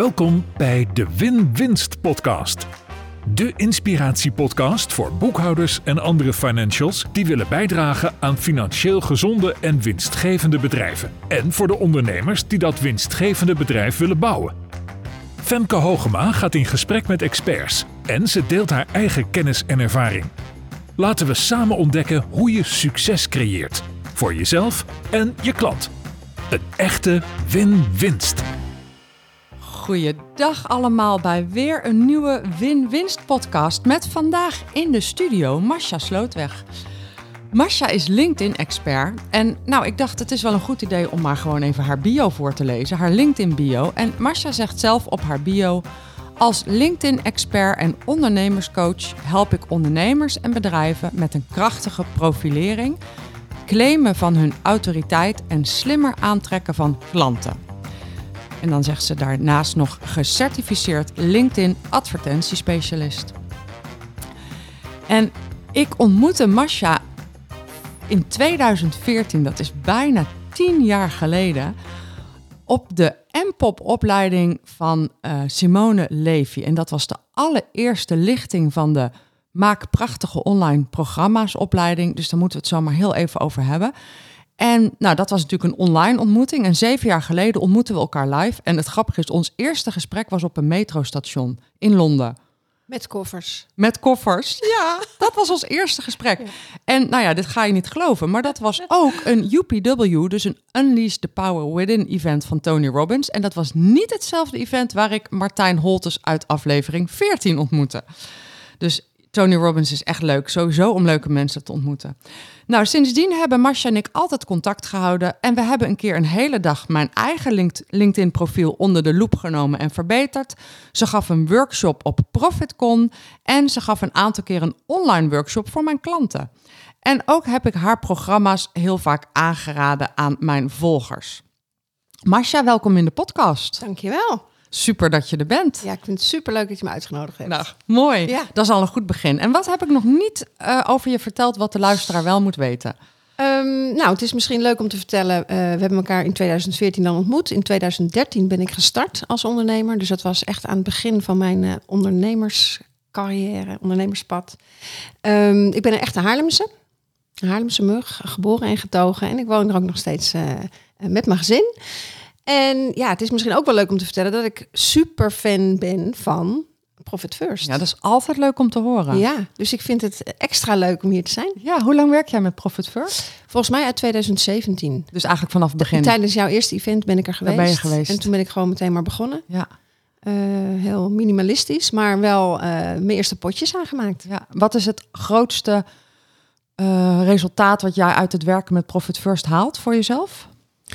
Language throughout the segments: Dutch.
Welkom bij de Win-Winst podcast. De inspiratiepodcast voor boekhouders en andere financials die willen bijdragen aan financieel gezonde en winstgevende bedrijven. En voor de ondernemers die dat winstgevende bedrijf willen bouwen. Femke Hogema gaat in gesprek met experts en ze deelt haar eigen kennis en ervaring. Laten we samen ontdekken hoe je succes creëert. Voor jezelf en je klant. Een echte win-winst. Goeiedag allemaal bij weer een nieuwe Win-Winst podcast met vandaag in de studio Masha Slootweg. Masha is LinkedIn-expert en ik dacht het is wel een goed idee om maar gewoon even haar bio voor te lezen, haar LinkedIn-bio. En Masha zegt zelf op haar bio: als LinkedIn-expert en ondernemerscoach help ik ondernemers en bedrijven met een krachtige profilering, claimen van hun autoriteit en slimmer aantrekken van klanten. En dan zegt ze daarnaast nog gecertificeerd LinkedIn advertentiespecialist. En ik ontmoette Masha in 2014, dat is bijna 10 jaar geleden, op de MPOP-opleiding van Simone Levy. En dat was de allereerste lichting van de Maak Prachtige Online Programma's opleiding. Dus daar moeten we het zo maar heel even over hebben. En dat was natuurlijk een online ontmoeting. En 7 jaar geleden ontmoetten we elkaar live. En het grappige is, ons eerste gesprek was op een metrostation in Londen. Met koffers. Met koffers, ja. Dat was ons eerste gesprek. Ja. En dit ga je niet geloven, maar dat was ook een UPW, dus een Unleash the Power Within event van Tony Robbins. En dat was niet hetzelfde event waar ik Martijn Holtes uit aflevering 14 ontmoette. Dus Tony Robbins is echt leuk, sowieso om leuke mensen te ontmoeten. Sindsdien hebben Masha en ik altijd contact gehouden en we hebben een keer een hele dag mijn eigen LinkedIn-profiel onder de loep genomen en verbeterd. Ze gaf een workshop op ProfitCon en ze gaf een aantal keer een online workshop voor mijn klanten. En ook heb ik haar programma's heel vaak aangeraden aan mijn volgers. Masha, welkom in de podcast. Dankjewel. Super dat je er bent. Ja, ik vind het superleuk dat je me uitgenodigd hebt. Mooi. Ja. Dat is al een goed begin. En wat heb ik nog niet over je verteld wat de luisteraar wel moet weten? Het is misschien leuk om te vertellen. We hebben elkaar in 2014 dan ontmoet. In 2013 ben ik gestart als ondernemer. Dus dat was echt aan het begin van mijn ondernemerscarrière, ondernemerspad. Ik ben een echte Haarlemse mug, geboren en getogen. En ik woon er ook nog steeds met mijn gezin. En het is misschien ook wel leuk om te vertellen dat ik super fan ben van Profit First. Ja, dat is altijd leuk om te horen. Ja, dus ik vind het extra leuk om hier te zijn. Ja, hoe lang werk jij met Profit First? Volgens mij uit 2017. Dus eigenlijk vanaf het begin. Tijdens jouw eerste event ben ik er geweest. Daar ben je geweest. En toen ben ik gewoon meteen maar begonnen. Ja. Heel minimalistisch, maar wel mijn eerste potjes aangemaakt. Ja. Wat is het grootste resultaat wat jij uit het werken met Profit First haalt voor jezelf?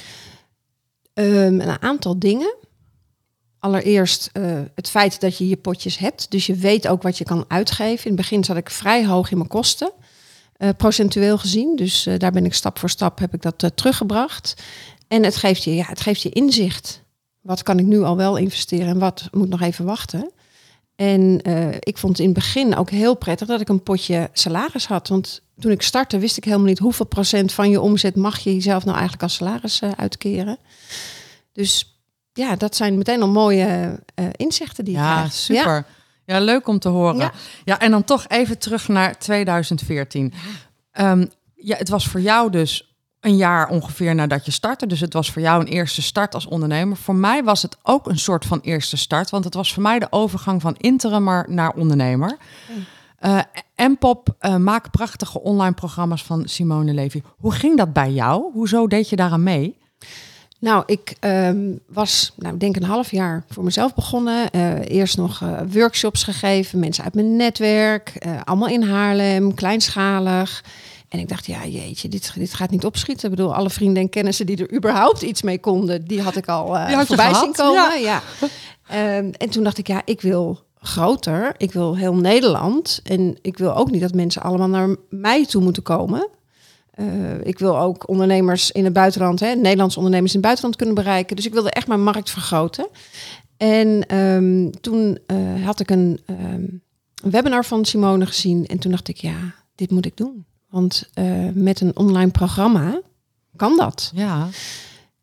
Een aantal dingen. Allereerst het feit dat je je potjes hebt. Dus je weet ook wat je kan uitgeven. In het begin zat ik vrij hoog in mijn kosten. Procentueel gezien. Dus daar ben ik stap voor stap heb ik dat teruggebracht. En het geeft je inzicht. Wat kan ik nu al wel investeren en wat moet nog even wachten. En ik vond in het begin ook heel prettig dat ik een potje salaris had. Want toen ik startte wist ik helemaal niet hoeveel procent van je omzet mag je jezelf nou eigenlijk als salaris uitkeren. Dus dat zijn meteen al mooie inzichten die je krijgt. Super. Ja, leuk om te horen. Ja, en dan toch even terug naar 2014. Het was voor jou dus een jaar ongeveer nadat je startte. Dus het was voor jou een eerste start als ondernemer. Voor mij was het ook een soort van eerste start. Want het was voor mij de overgang van interimmer naar ondernemer. MPOP, Maak Prachtige Online Programma's van Simone Levy. Hoe ging dat bij jou? Hoezo deed je daaraan mee? Ik was, denk een half jaar voor mezelf begonnen. Eerst nog workshops gegeven, mensen uit mijn netwerk. Allemaal in Haarlem, kleinschalig. En ik dacht, jeetje, dit gaat niet opschieten. Ik bedoel, alle vrienden en kennissen die er überhaupt iets mee konden, die had ik al voorbij zien komen. Ja. En toen dacht ik, ik wil groter. Ik wil heel Nederland. En ik wil ook niet dat mensen allemaal naar mij toe moeten komen. Ik wil ook ondernemers in het buitenland, Nederlandse ondernemers in het buitenland kunnen bereiken. Dus ik wilde echt mijn markt vergroten. En toen had ik een webinar van Simone gezien. En toen dacht ik, dit moet ik doen. Want met een online programma kan dat. Ja.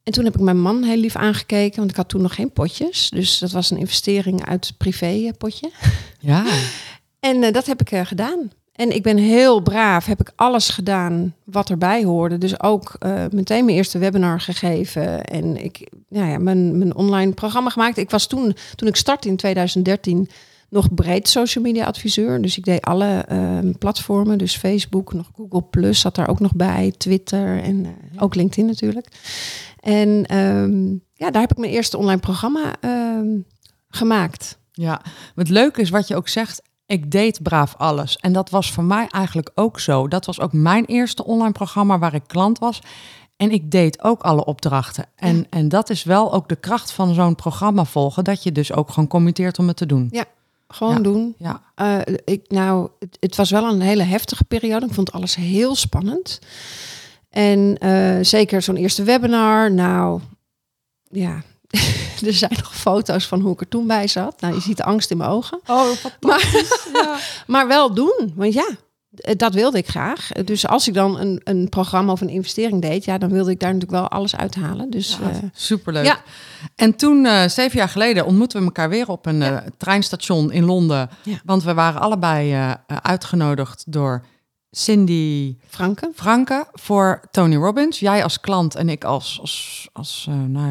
En toen heb ik mijn man heel lief aangekeken, want ik had toen nog geen potjes. Dus dat was een investering uit privé potje. Ja. En dat heb ik gedaan. En ik ben heel braaf, heb ik alles gedaan wat erbij hoorde. Dus ook meteen mijn eerste webinar gegeven. En ik, mijn online programma gemaakt. Ik was toen ik startte in 2013... nog breed social media adviseur. Dus ik deed alle platformen. Dus Facebook, nog Google Plus zat daar ook nog bij. Twitter en ook LinkedIn natuurlijk. En daar heb ik mijn eerste online programma gemaakt. Ja, het leuke is wat je ook zegt. Ik deed braaf alles. En dat was voor mij eigenlijk ook zo. Dat was ook mijn eerste online programma waar ik klant was. En ik deed ook alle opdrachten. En dat is wel ook de kracht van zo'n programma volgen. Dat je dus ook gewoon committeert om het te doen. Ja. Gewoon doen. Ja. Het was wel een hele heftige periode. Ik vond alles heel spannend. En zeker zo'n eerste webinar. Nou, ja. Er zijn nog foto's van hoe ik er toen bij zat. Nou, je ziet de angst in mijn ogen. Oh, fantastisch. Maar wel doen. Want ja, dat wilde ik graag. Dus als ik dan een programma of een investering deed... ja, dan wilde ik daar natuurlijk wel alles uithalen. Dus, superleuk. Ja. En toen, 7 jaar geleden, ontmoetten we elkaar weer op een treinstation in Londen. Ja. Want we waren allebei uitgenodigd door Cindy Franke voor Tony Robbins. Jij als klant en ik als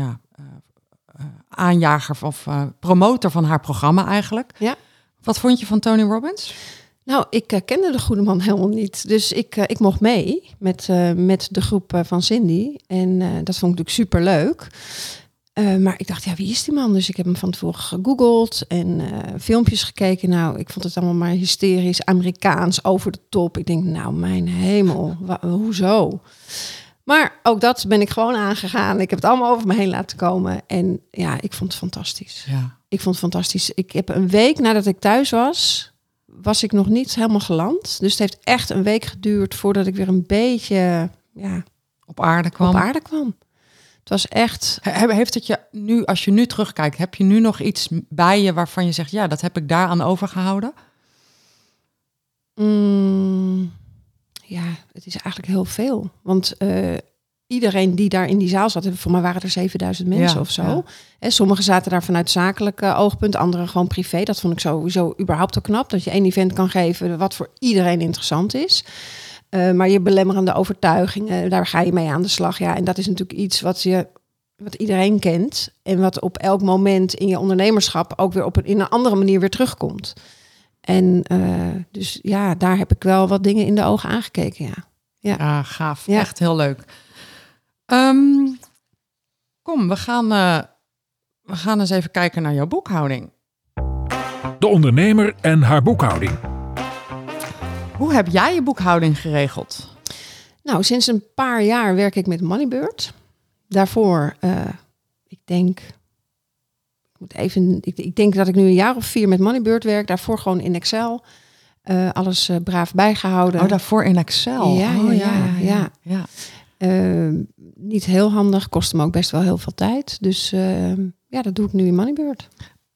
aanjager of promotor van haar programma eigenlijk. Ja. Wat vond je van Tony Robbins? Nou, ik kende de goede man helemaal niet. Dus ik mocht mee met de groep van Cindy. En dat vond ik natuurlijk superleuk. Maar ik dacht, wie is die man? Dus ik heb hem van tevoren gegoogeld en filmpjes gekeken. Nou, ik vond het allemaal maar hysterisch, Amerikaans, over de top. Ik denk, nou, mijn hemel, hoezo? Maar ook dat ben ik gewoon aangegaan. Ik heb het allemaal over me heen laten komen. En ja, ik vond het fantastisch. Ja. Ik vond het fantastisch. Ik heb een week nadat ik thuis was ik nog niet helemaal geland. Dus het heeft echt een week geduurd voordat ik weer een beetje op aarde kwam. Het was echt... Heeft het je nu, als je nu terugkijkt, heb je nu nog iets bij je waarvan je zegt, ja, dat heb ik daaraan overgehouden? Ja, het is eigenlijk heel veel. Want iedereen die daar in die zaal zat, voor mij waren er 7000 mensen of zo. Ja. En sommigen zaten daar vanuit zakelijk oogpunt, anderen gewoon privé. Dat vond ik sowieso überhaupt al knap, dat je één event kan geven wat voor iedereen interessant is. Maar je belemmerende overtuigingen, daar ga je mee aan de slag. Ja, en dat is natuurlijk iets wat iedereen kent. En wat op elk moment in je ondernemerschap ook weer in een andere manier weer terugkomt. En dus ja, daar heb ik wel wat dingen in de ogen aangekeken, Ja, gaaf. Ja. Echt heel leuk. Kom, we gaan eens even kijken naar jouw boekhouding. De ondernemer en haar boekhouding. Hoe heb jij je boekhouding geregeld? Nou, sinds een paar jaar werk ik met Moneybird. Daarvoor, ik denk dat ik nu een jaar of 4 met Moneybird werk. Daarvoor gewoon in Excel. Alles braaf bijgehouden. Oh, daarvoor in Excel? Ja. Niet heel handig, kost me ook best wel heel veel tijd. Dus dat doe ik nu in Moneybird.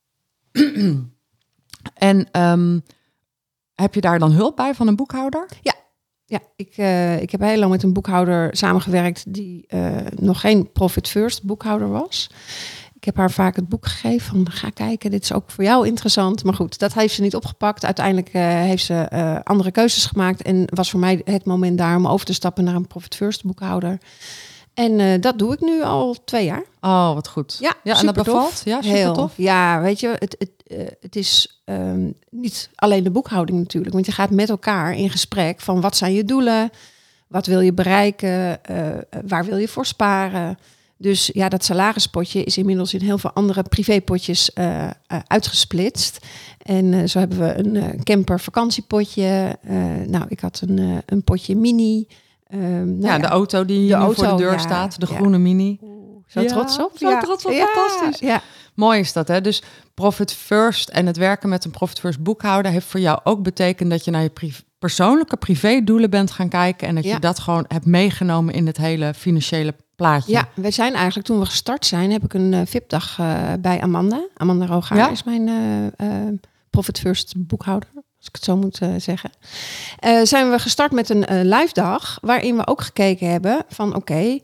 En heb je daar dan hulp bij van een boekhouder? Ja, ik heb heel lang met een boekhouder samengewerkt die nog geen Profit First boekhouder was. Ik heb haar vaak het boek gegeven van ga kijken, dit is ook voor jou interessant. Maar goed, dat heeft ze niet opgepakt. Uiteindelijk heeft ze andere keuzes gemaakt en was voor mij het moment daar om over te stappen naar een Profit First boekhouder. En dat doe ik nu al 2 jaar. Oh, wat goed. Ja, en dat bevalt? Ja, super heel tof. Ja, weet je, het is niet alleen de boekhouding natuurlijk. Want je gaat met elkaar in gesprek van wat zijn je doelen? Wat wil je bereiken? Waar wil je voor sparen? Dus ja, dat salarispotje is inmiddels in heel veel andere privépotjes uitgesplitst. En zo hebben we een camper vakantiepotje. Ik had een potje mini. De auto die nu voor de deur staat, de groene mini. Zo trots op. Fantastisch. Ja. Mooi is dat, hè? Dus Profit First en het werken met een Profit First boekhouder heeft voor jou ook betekend dat je naar je persoonlijke privédoelen bent gaan kijken en dat je dat gewoon hebt meegenomen in het hele financiële plaatje. Ja, wij zijn eigenlijk toen we gestart zijn, heb ik een VIP-dag bij Amanda. Amanda Rogaar is mijn Profit First boekhouder. Als ik het zo moet zeggen. Zijn we gestart met een live dag waarin we ook gekeken hebben van oké,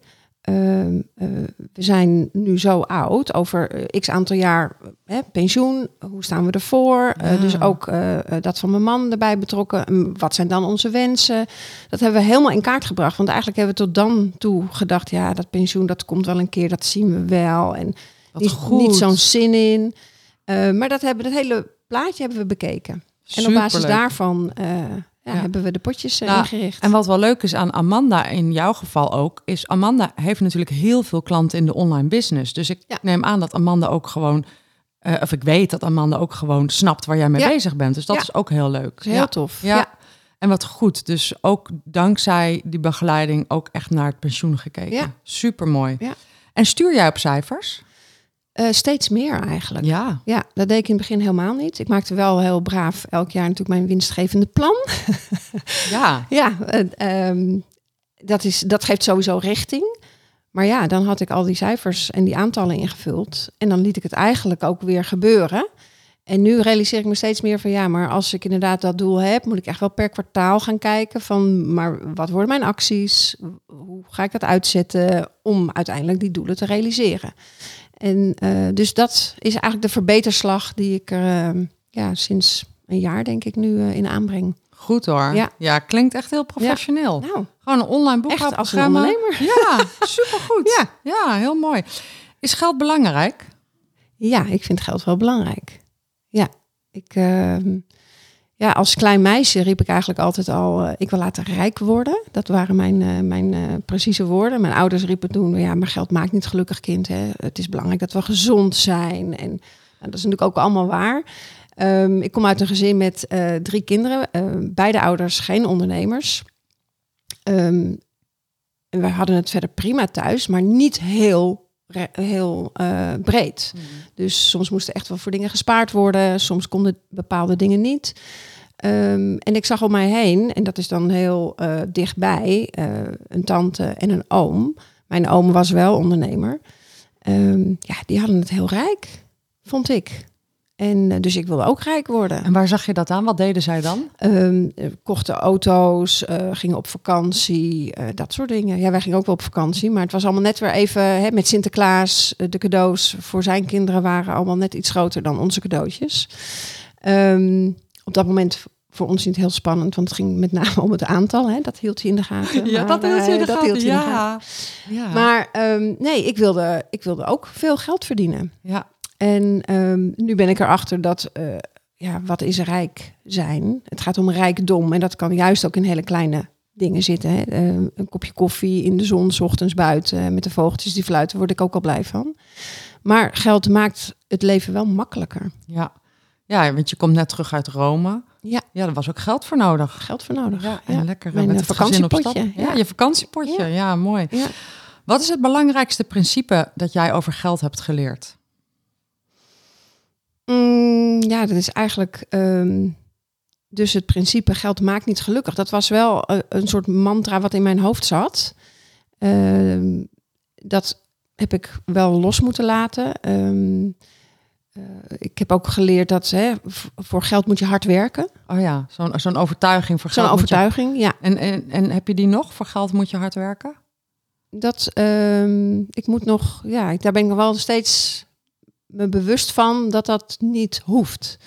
we zijn nu zo oud, over x aantal jaar pensioen, hoe staan we ervoor? Dus ook dat van mijn man erbij betrokken. Wat zijn dan onze wensen? Dat hebben we helemaal in kaart gebracht. Want eigenlijk hebben we tot dan toe gedacht, ja, dat pensioen, dat komt wel een keer, dat zien we wel. En niet zo'n zin in. Maar dat hele plaatje hebben we bekeken. En op basis daarvan hebben we de potjes ingericht. En wat wel leuk is aan Amanda, in jouw geval ook, is Amanda heeft natuurlijk heel veel klanten in de online business. Dus ik neem aan dat Amanda ook gewoon, of ik weet dat Amanda ook gewoon snapt waar jij mee bezig bent. Dus dat is ook heel leuk. Dat is heel tof. Ja. En wat goed. Dus ook dankzij die begeleiding ook echt naar het pensioen gekeken. Ja. Supermooi. Ja. En stuur jij op cijfers? Steeds meer eigenlijk. Ja, dat deed ik in het begin helemaal niet. Ik maakte wel heel braaf elk jaar natuurlijk mijn winstgevende plan. Dat geeft sowieso richting. Maar ja, dan had ik al die cijfers en die aantallen ingevuld. En dan liet ik het eigenlijk ook weer gebeuren. En nu realiseer ik me steeds meer van maar als ik inderdaad dat doel heb, moet ik echt wel per kwartaal gaan kijken van, maar wat worden mijn acties? Hoe ga ik dat uitzetten om uiteindelijk die doelen te realiseren? En dus dat is eigenlijk de verbeterslag die ik er sinds een jaar denk ik nu in aanbreng. Goed hoor. Ja, klinkt echt heel professioneel. Ja. Nou, gewoon een online boekhoudprogramma. Echt als een ondernemer. Ja, supergoed. Ja, heel mooi. Is geld belangrijk? Ja, ik vind geld wel belangrijk. Ja, als klein meisje riep ik eigenlijk altijd al, ik wil laten rijk worden. Dat waren mijn precieze woorden. Mijn ouders riepen toen, maar geld maakt niet gelukkig kind. Hè. Het is belangrijk dat we gezond zijn. En dat is natuurlijk ook allemaal waar. Ik kom uit een gezin met 3 kinderen. Beide ouders geen ondernemers. En we hadden het verder prima thuis, maar niet heel breed. Dus soms moesten echt wel voor dingen gespaard worden. Soms konden bepaalde dingen niet. En ik zag om mij heen, en dat is dan heel dichtbij, een tante en een oom. Mijn oom was wel ondernemer. Die hadden het heel rijk, vond ik. En dus ik wilde ook rijk worden. En waar zag je dat aan? Wat deden zij dan? Kochten auto's, gingen op vakantie, dat soort dingen. Ja, wij gingen ook wel op vakantie, maar het was allemaal net weer even met Sinterklaas. De cadeaus voor zijn kinderen waren allemaal net iets groter dan onze cadeautjes. Op dat moment voor ons niet heel spannend, want het ging met name om het aantal. Hè? Dat hield hij in de gaten. Ja, dat hield hij in de gaten. Ja. Maar ik wilde ook veel geld verdienen. Ja. En nu ben ik erachter dat, wat is rijk zijn? Het gaat om rijkdom. En dat kan juist ook in hele kleine dingen zitten. Hè? Een kopje koffie in de zon, 's ochtends buiten, met de vogeltjes die fluiten, word ik ook al blij van. Maar geld maakt het leven wel makkelijker. Ja, want je komt net terug uit Rome. Ja, daar was ook geld voor nodig. Ja. En lekker mijn met het vakantiepotje. Gezin op stap. Ja, je vakantiepotje. Ja, mooi. Ja. Wat is het belangrijkste principe dat jij over geld hebt geleerd? Dat is eigenlijk dus het principe geld maakt niet gelukkig. Dat was wel een soort mantra wat in mijn hoofd zat. Dat heb ik wel los moeten laten. Ik heb ook geleerd dat voor geld moet je hard werken. Oh ja, zo'n overtuiging voor geld. Zo'n overtuiging, ja. En heb je die nog? Voor geld moet je hard werken? Ik moet nog, daar ben ik nog wel steeds me bewust van dat niet hoeft.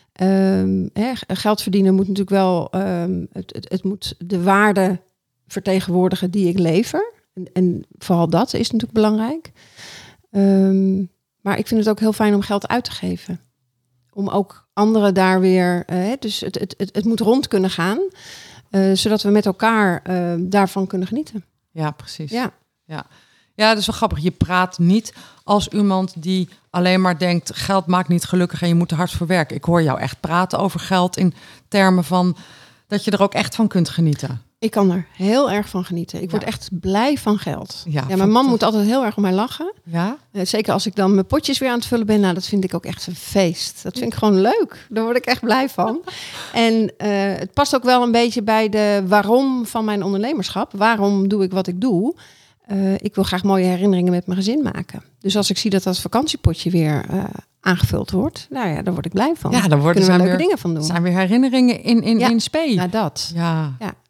Geld verdienen moet natuurlijk wel, het moet de waarde vertegenwoordigen die ik lever. En vooral dat is natuurlijk belangrijk. Maar ik vind het ook heel fijn om geld uit te geven. Om ook anderen daar weer, dus het moet rond kunnen gaan. Zodat we met elkaar daarvan kunnen genieten. Ja, precies. Ja. Ja, dat is wel grappig. Je praat niet als iemand die alleen maar denkt, geld maakt niet gelukkig en je moet er hard voor werken. Ik hoor jou echt praten over geld in termen van dat je er ook echt van kunt genieten. Ik kan er heel erg van genieten. Ik word echt blij van geld. Ja, mijn man moet altijd heel erg om mij lachen. Ja? Zeker als ik dan mijn potjes weer aan het vullen ben. Nou, dat vind ik ook echt een feest. Dat vind ik gewoon leuk. Daar word ik echt blij van. En het past ook wel een beetje bij de waarom van mijn ondernemerschap. Waarom doe ik wat ik doe? Ik wil graag mooie herinneringen met mijn gezin maken. Dus als ik zie dat dat vakantiepotje weer aangevuld wordt, daar word ik blij van. Ja, dan kunnen we leuke dingen van doen. Er zijn weer herinneringen in spe. Ja, dat. Ja. Ja.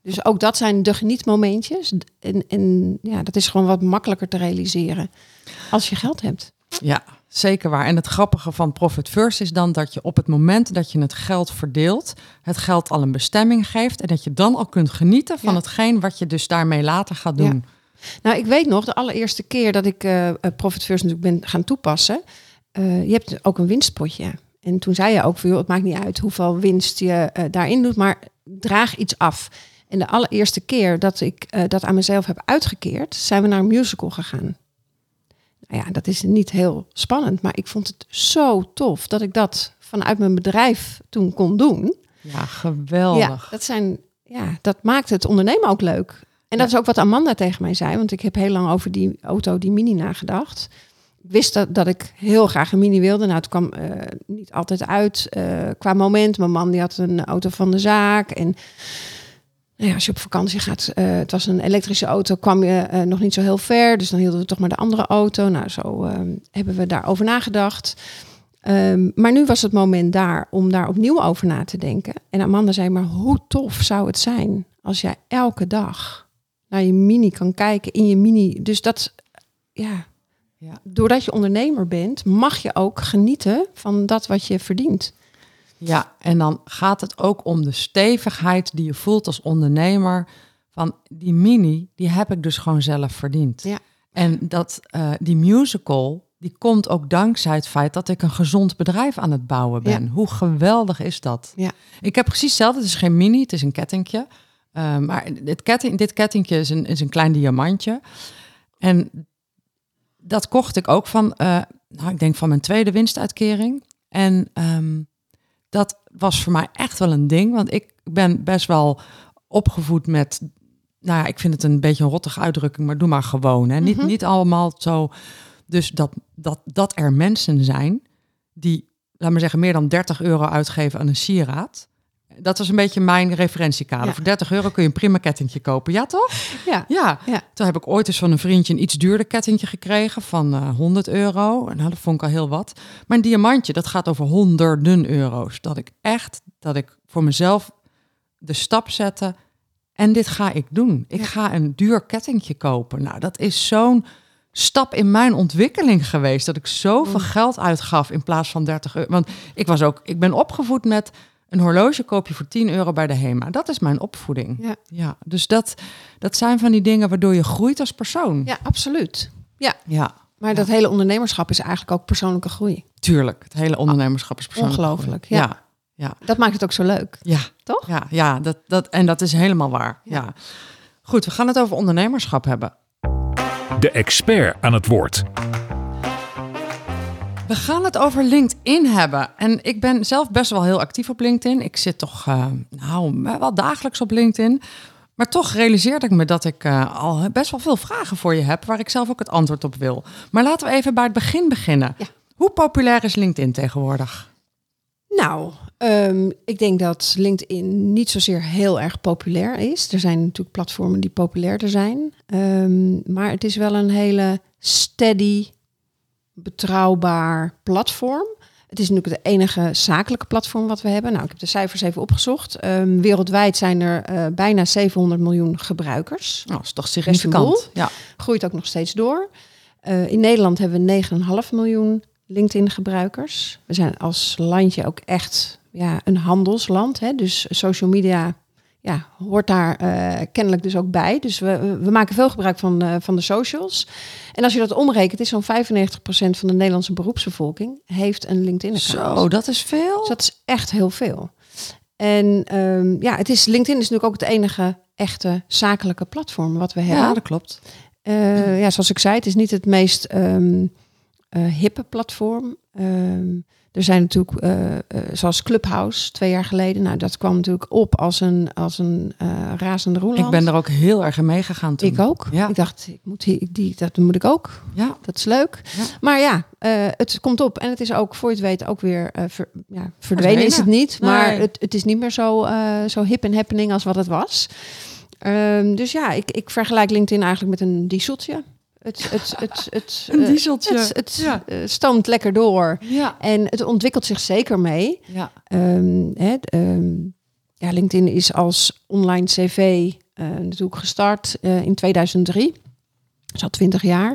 Dus ook dat zijn de genietmomentjes. En dat is gewoon wat makkelijker te realiseren als je geld hebt. Ja, zeker waar. En het grappige van Profit First is dan dat je op het moment dat je het geld verdeelt, het geld al een bestemming geeft en dat je dan al kunt genieten van hetgeen wat je dus daarmee later gaat doen. Ja. Nou, ik weet nog, de allereerste keer dat ik Profit First natuurlijk ben gaan toepassen, je hebt ook een winstpotje. En toen zei je ook van, joh, het maakt niet uit hoeveel winst je daarin doet, maar draag iets af. En de allereerste keer dat ik dat aan mezelf heb uitgekeerd, zijn we naar een musical gegaan. Nou ja, dat is niet heel spannend, maar ik vond het zo tof dat ik dat vanuit mijn bedrijf toen kon doen. Ja, geweldig. Dat maakt het ondernemen ook leuk. En dat is ook wat Amanda tegen mij zei, want ik heb heel lang over die auto, die Mini, nagedacht. Ik wist dat ik heel graag een Mini wilde. Nou, het kwam niet altijd uit qua moment. Mijn man die had een auto van de zaak. En als je op vakantie gaat, het was een elektrische auto, kwam je nog niet zo heel ver. Dus dan hielden we toch maar de andere auto. Nou, zo hebben we daarover nagedacht. Maar nu was het moment om daar opnieuw over na te denken. En Amanda zei, maar hoe tof zou het zijn als jij elke dag naar je Mini kan kijken in je Mini. Dus dat, doordat je ondernemer bent, mag je ook genieten van dat wat je verdient. Ja, en dan gaat het ook om de stevigheid die je voelt als ondernemer. Van die Mini, die heb ik dus gewoon zelf verdiend. Ja. En die musical, die komt ook dankzij het feit dat ik een gezond bedrijf aan het bouwen ben. Ja. Hoe geweldig is dat? Ja. Ik heb precies hetzelfde. Het is geen Mini, het is een kettingje. Maar dit kettingje is een klein diamantje. En dat kocht ik ook van, ik denk van mijn tweede winstuitkering. En dat was voor mij echt wel een ding. Want ik ben best wel opgevoed met, ik vind het een beetje een rottige uitdrukking, maar doe maar gewoon. Hè. Mm-hmm. Niet allemaal zo. Dus dat er mensen zijn die, laat maar zeggen, meer dan €30 uitgeven aan een sieraad. Dat was een beetje mijn referentiekader. Ja. Voor €30 kun je een prima kettingje kopen. Ja, toch? Ja. Toen heb ik ooit eens van een vriendje een iets duurder kettingje gekregen van €100. En dat vond ik al heel wat. Maar een diamantje, dat gaat over honderden euro's. Dat ik voor mezelf de stap zette. En dit ga ik doen. Ik ga een duur kettingje kopen. Nou, dat is zo'n stap in mijn ontwikkeling geweest. Dat ik zoveel geld uitgaf in plaats van €30. Want ik ben opgevoed met een horloge koop je voor €10 bij de HEMA. Dat is mijn opvoeding. Ja, dus dat zijn van die dingen waardoor je groeit als persoon. Ja, absoluut. Ja. Maar dat hele ondernemerschap is eigenlijk ook persoonlijke groei. Tuurlijk, het hele ondernemerschap is persoonlijke ongelooflijk, groei. Ja. Dat maakt het ook zo leuk. Ja. Toch? Ja, dat is helemaal waar. Ja. Goed, we gaan het over ondernemerschap hebben. De expert aan het woord. We gaan het over LinkedIn hebben. En ik ben zelf best wel heel actief op LinkedIn. Ik zit toch wel dagelijks op LinkedIn. Maar toch realiseerde ik me dat ik al best wel veel vragen voor je heb, waar ik zelf ook het antwoord op wil. Maar laten we even bij het begin beginnen. Ja. Hoe populair is LinkedIn tegenwoordig? Nou, ik denk dat LinkedIn niet zozeer heel erg populair is. Er zijn natuurlijk platformen die populairder zijn. Maar het is wel een hele steady, betrouwbaar platform. Het is natuurlijk het enige zakelijke platform wat we hebben. Nou, ik heb de cijfers even opgezocht. Wereldwijd zijn er bijna 700 miljoen gebruikers. Nou, dat is toch significant. Ja. Groeit ook nog steeds door. In Nederland hebben we 9,5 miljoen LinkedIn-gebruikers. We zijn als landje ook echt een handelsland. Hè? Dus social media hoort daar kennelijk dus ook bij. Dus we maken veel gebruik van de socials. En als je dat omrekent, is zo'n 95% van de Nederlandse beroepsbevolking heeft een LinkedIn-account. Zo, dat is veel. Dus dat is echt heel veel. En LinkedIn is natuurlijk ook het enige echte zakelijke platform wat we hebben. Ja, dat klopt. Zoals ik zei, het is niet het meest hippe platform. Er zijn natuurlijk, zoals Clubhouse 2 jaar geleden. Nou, dat kwam natuurlijk op als een razende roeland. Ik ben er ook heel erg in meegegaan toen. Ik ook. Ja. Ik dacht, dat moet ik ook. Ja. Dat is leuk. Ja. Maar het komt op. En het is ook, voor je het weet, ook weer verdwenen is het niet. Nee. Maar het is niet meer zo hip en happening als wat het was. Ik vergelijk LinkedIn eigenlijk met een dieseltje. Een dieseltje. Het stoomt lekker door. Ja. En het ontwikkelt zich zeker mee. Ja. LinkedIn is als online cv natuurlijk gestart in 2003. Dat is al 20 jaar.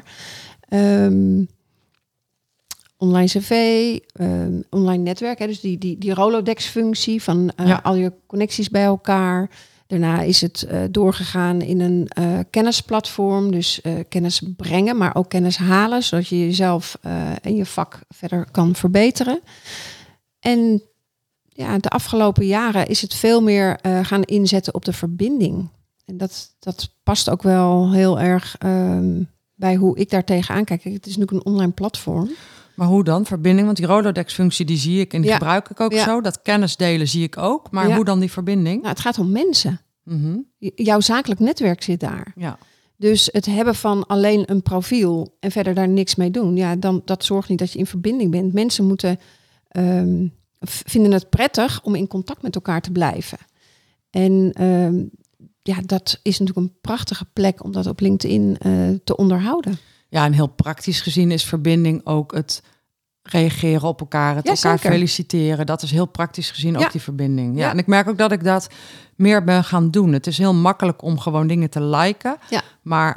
Online cv, online netwerk. Hè, dus die Rolodex-functie van al je connecties bij elkaar. Daarna is het doorgegaan in een kennisplatform. Dus kennis brengen, maar ook kennis halen. Zodat je jezelf en je vak verder kan verbeteren. En de afgelopen jaren is het veel meer gaan inzetten op de verbinding. En dat past ook wel heel erg bij hoe ik daar tegenaan kijk. Het is natuurlijk een online platform. Maar hoe dan? Verbinding? Want die Rolodex-functie die zie ik en die gebruik ik ook zo. Dat kennis delen zie ik ook. Maar hoe dan die verbinding? Nou, het gaat om mensen. Mm-hmm. Jouw zakelijk netwerk zit daar. Ja. Dus het hebben van alleen een profiel en verder daar niks mee doen. Dan dat zorgt niet dat je in verbinding bent. Mensen moeten vinden het prettig om in contact met elkaar te blijven. En dat is natuurlijk een prachtige plek om dat op LinkedIn te onderhouden. Ja, en heel praktisch gezien is verbinding ook het reageren op elkaar, het elkaar feliciteren. Dat is heel praktisch gezien ook die verbinding. Ja, en ik merk ook dat ik dat meer ben gaan doen. Het is heel makkelijk om gewoon dingen te liken. Ja. Maar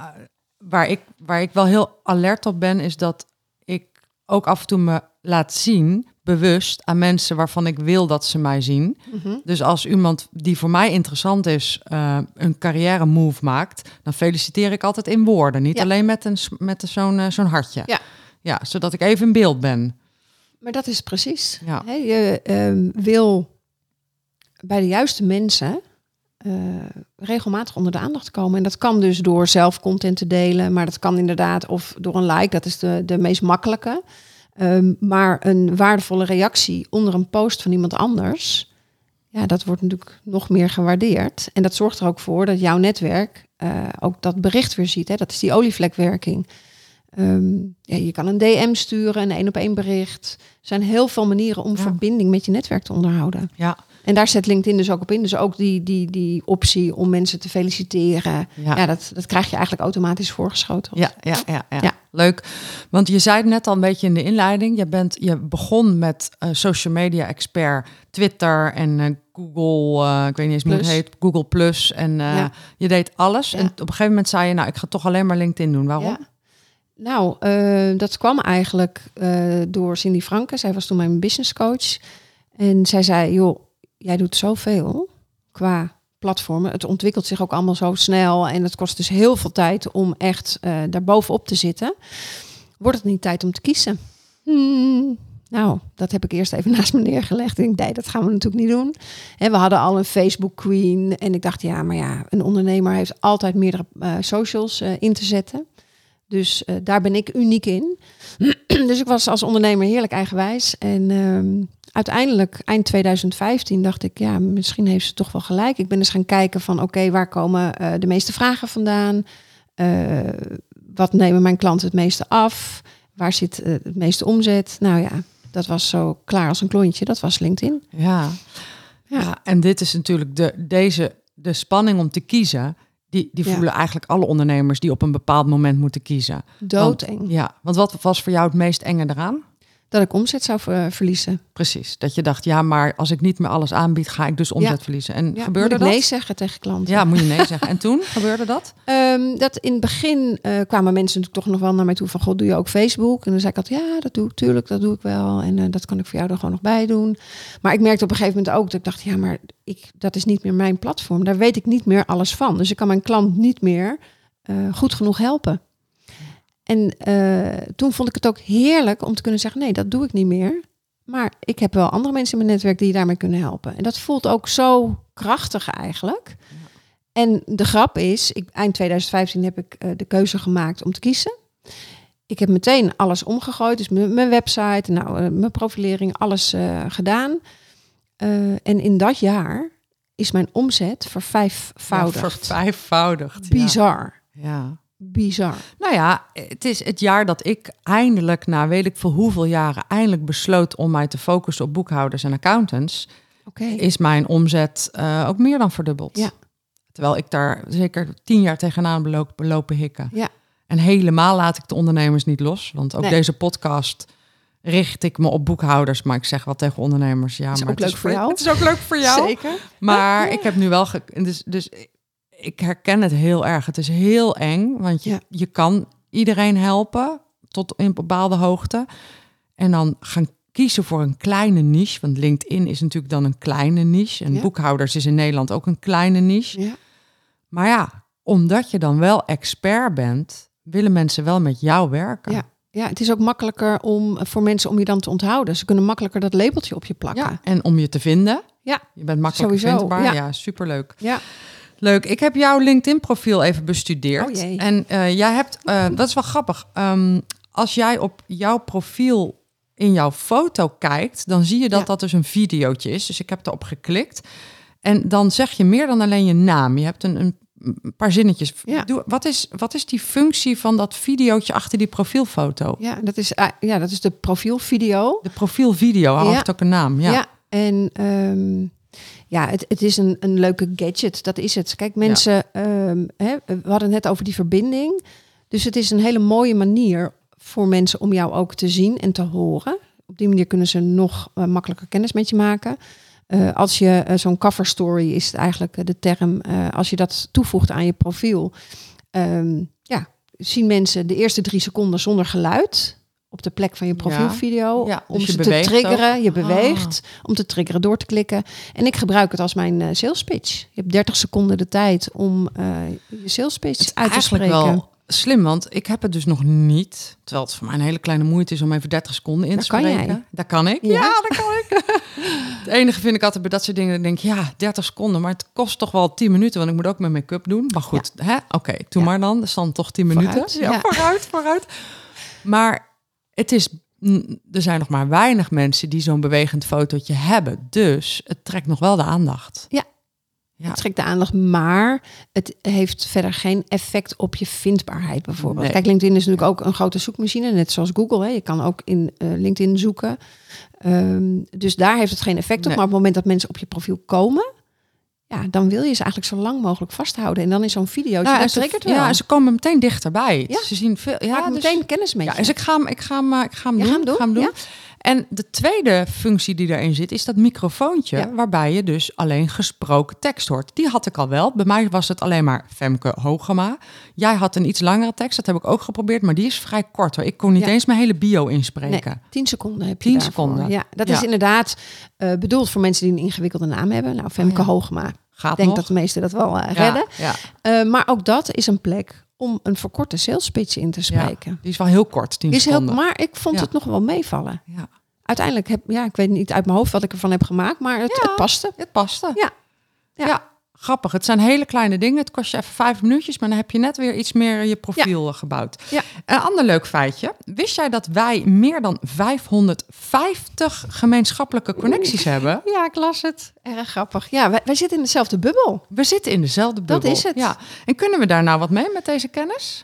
waar ik wel heel alert op ben, is dat ik ook af en toe me laat zien, bewust, aan mensen waarvan ik wil dat ze mij zien. Mm-hmm. Dus als iemand die voor mij interessant is een carrière move maakt, dan feliciteer ik altijd in woorden. Niet alleen met zo'n hartje. Ja, zodat ik even in beeld ben. Maar dat is precies. Ja. Hè, je wil bij de juiste mensen regelmatig onder de aandacht komen. En dat kan dus door zelf content te delen, maar dat kan inderdaad of door een like. Dat is de meest makkelijke. Maar een waardevolle reactie onder een post van iemand anders, dat wordt natuurlijk nog meer gewaardeerd. En dat zorgt er ook voor dat jouw netwerk ook dat bericht weer ziet. Hè? Dat is die olievlekwerking. Je kan een DM sturen, een 1-op-1 bericht. Er zijn heel veel manieren om verbinding met je netwerk te onderhouden. Ja. En daar zet LinkedIn dus ook op in. Dus ook die optie om mensen te feliciteren. Ja, dat krijg je eigenlijk automatisch voorgeschoten. Ja. Leuk. Want je zei het net al een beetje in de inleiding. Je begon met social media expert, Twitter en Google, ik weet niet eens hoe het heet, Google Plus. En je deed alles. Ja. En op een gegeven moment zei je, ik ga toch alleen maar LinkedIn doen. Waarom? Ja. Nou, dat kwam eigenlijk door Cindy Franke. Zij was toen mijn business coach. En zij zei, joh, jij doet zoveel qua platformen. Het ontwikkelt zich ook allemaal zo snel. En het kost dus heel veel tijd om echt daar bovenop te zitten. Wordt het niet tijd om te kiezen? Nou, dat heb ik eerst even naast me neergelegd. En ik denk, nee, dat gaan we natuurlijk niet doen. En we hadden al een Facebook Queen. En ik dacht, een ondernemer heeft altijd meerdere socials in te zetten. Dus daar ben ik uniek in. Dus ik was als ondernemer heerlijk eigenwijs. En uiteindelijk, eind 2015, dacht ik, misschien heeft ze toch wel gelijk. Ik ben eens gaan kijken van, waar komen de meeste vragen vandaan? Wat nemen mijn klanten het meeste af? Waar zit het meeste omzet? Nou ja, dat was zo klaar als een klontje. Dat was LinkedIn. Ja, en dit is natuurlijk de spanning om te kiezen. Die voelen eigenlijk alle ondernemers die op een bepaald moment moeten kiezen. Doodeng. Want wat was voor jou het meest enge eraan? Dat ik omzet zou verliezen. Precies, dat je dacht, maar als ik niet meer alles aanbied, ga ik dus omzet verliezen. En gebeurde dat? Nee zeggen tegen klanten. Ja, moet je nee zeggen. En toen gebeurde dat? Dat in het begin kwamen mensen natuurlijk toch nog wel naar mij toe van, god, doe je ook Facebook? En dan zei ik altijd, dat doe ik, tuurlijk, dat doe ik wel. En dat kan ik voor jou er gewoon nog bij doen. Maar ik merkte op een gegeven moment ook dat ik dacht, dat is niet meer mijn platform. Daar weet ik niet meer alles van. Dus ik kan mijn klant niet meer goed genoeg helpen. En toen vond ik het ook heerlijk om te kunnen zeggen, nee, dat doe ik niet meer. Maar ik heb wel andere mensen in mijn netwerk die je daarmee kunnen helpen. En dat voelt ook zo krachtig eigenlijk. Ja. En de grap is, eind 2015 heb ik de keuze gemaakt om te kiezen. Ik heb meteen alles omgegooid. Dus mijn website, mijn profilering, alles gedaan. En in dat jaar is mijn omzet vervijfvoudigd. Ja, vervijfvoudigd. Bizar. Ja. Bizar. Nou ja, het is het jaar dat ik eindelijk, na weet ik veel hoeveel jaren, eindelijk besloot om mij te focussen op boekhouders en accountants. Is mijn omzet ook meer dan verdubbeld. Ja. Terwijl ik daar zeker 10 jaar tegenaan belopen hikken. Ja. En helemaal laat ik de ondernemers niet los. Want ook deze podcast richt ik me op boekhouders. Maar ik zeg wel tegen ondernemers, ja, is maar ook leuk voor jou. Het is ook leuk voor jou. Zeker. Maar ik heb nu wel... Dus ik herken het heel erg. Het is heel eng, want je kan iedereen helpen tot in bepaalde hoogte. En dan gaan kiezen voor een kleine niche. Want LinkedIn is natuurlijk dan een kleine niche. En boekhouders is in Nederland ook een kleine niche. Ja. Maar ja, omdat je dan wel expert bent, willen mensen wel met jou werken. Ja, het is ook makkelijker voor mensen om je dan te onthouden. Ze kunnen makkelijker dat labeltje op je plakken. Ja, en om je te vinden. Ja, je bent makkelijk vindbaar. Ja, superleuk. Ja. Leuk. Ik heb jouw LinkedIn-profiel even bestudeerd. Oh jee. En jij hebt, dat is wel grappig. Als jij op jouw profiel in jouw foto kijkt, dan zie je dat dus een videootje is. Dus ik heb erop geklikt. En dan zeg je meer dan alleen je naam. Je hebt een paar zinnetjes. Ja. Wat is die functie van dat videootje achter die profielfoto? Ja, dat is de profielvideo. De profielvideo, heeft ook een naam. Ja, en het is een leuke gadget. Dat is het. Kijk, mensen, we hadden het net over die verbinding. Dus het is een hele mooie manier voor mensen om jou ook te zien en te horen. Op die manier kunnen ze nog makkelijker kennis met je maken. Als je zo'n cover story is het eigenlijk de term. Als je dat toevoegt aan je profiel, zien mensen de eerste 3 seconden zonder geluid op de plek van je profielvideo. Ja, om dus ze te triggeren. Ook. Je beweegt om te triggeren door te klikken. En ik gebruik het als mijn sales pitch. Je hebt 30 seconden de tijd om je sales pitch uit te spreken. Wel slim, want ik heb het dus nog niet. Terwijl het voor mij een hele kleine moeite is om even 30 seconden in te spreken. Kan jij. Dat kan ik. Ja, dat kan ik. Het enige vind ik altijd bij dat soort dingen. Dan denk ik, 30 seconden. Maar het kost toch wel 10 minuten. Want ik moet ook mijn make-up doen. Maar goed, oké, doe maar dan. Dat is dan toch 10 minuten. Vooruit. Maar er zijn nog maar weinig mensen die zo'n bewegend fotootje hebben. Dus het trekt nog wel de aandacht. Ja. Het trekt de aandacht, maar het heeft verder geen effect op je vindbaarheid bijvoorbeeld. Nee. Kijk, LinkedIn is natuurlijk ook een grote zoekmachine, net zoals Google. Hè. Je kan ook in LinkedIn zoeken. Dus daar heeft het geen effect op. Nee. Maar op het moment dat mensen op je profiel komen, dan wil je ze eigenlijk zo lang mogelijk vasthouden. En dan is zo'n video, dat triggert wel. Ja, ze komen meteen dichterbij. Ja. Ze zien veel. Maak meteen kennis mee. Ja, dus ik ga hem doen. Ja. En de tweede functie die daarin zit, is dat microfoontje, waarbij je dus alleen gesproken tekst hoort. Die had ik al wel. Bij mij was het alleen maar Femke Hogema. Jij had een iets langere tekst, dat heb ik ook geprobeerd, maar die is vrij kort hoor. Ik kon niet eens mijn hele bio inspreken. Nee, 10 seconden heb je 10 seconden. Ja, dat is inderdaad bedoeld voor mensen die een ingewikkelde naam hebben. Nou, Femke Hogema. Ik denk dat de meesten dat wel redden. Ja. Maar ook dat is een plek om een verkorte sales pitch in te spreken. Ja, die is wel heel kort, 10 seconden. Maar ik vond het nog wel meevallen. Ja. Uiteindelijk ik weet niet uit mijn hoofd wat ik ervan heb gemaakt, maar het paste. Het paste. Ja, grappig. Het zijn hele kleine dingen. Het kost je even 5 minuutjes, maar dan heb je net weer iets meer je profiel gebouwd. Ja. Een ander leuk feitje. Wist jij dat wij meer dan 550 gemeenschappelijke connecties hebben? Ja, ik las het. Erg grappig. Ja, wij zitten in dezelfde bubbel. We zitten in dezelfde bubbel. Dat is het. Ja. En kunnen we daar nou wat mee met deze kennis?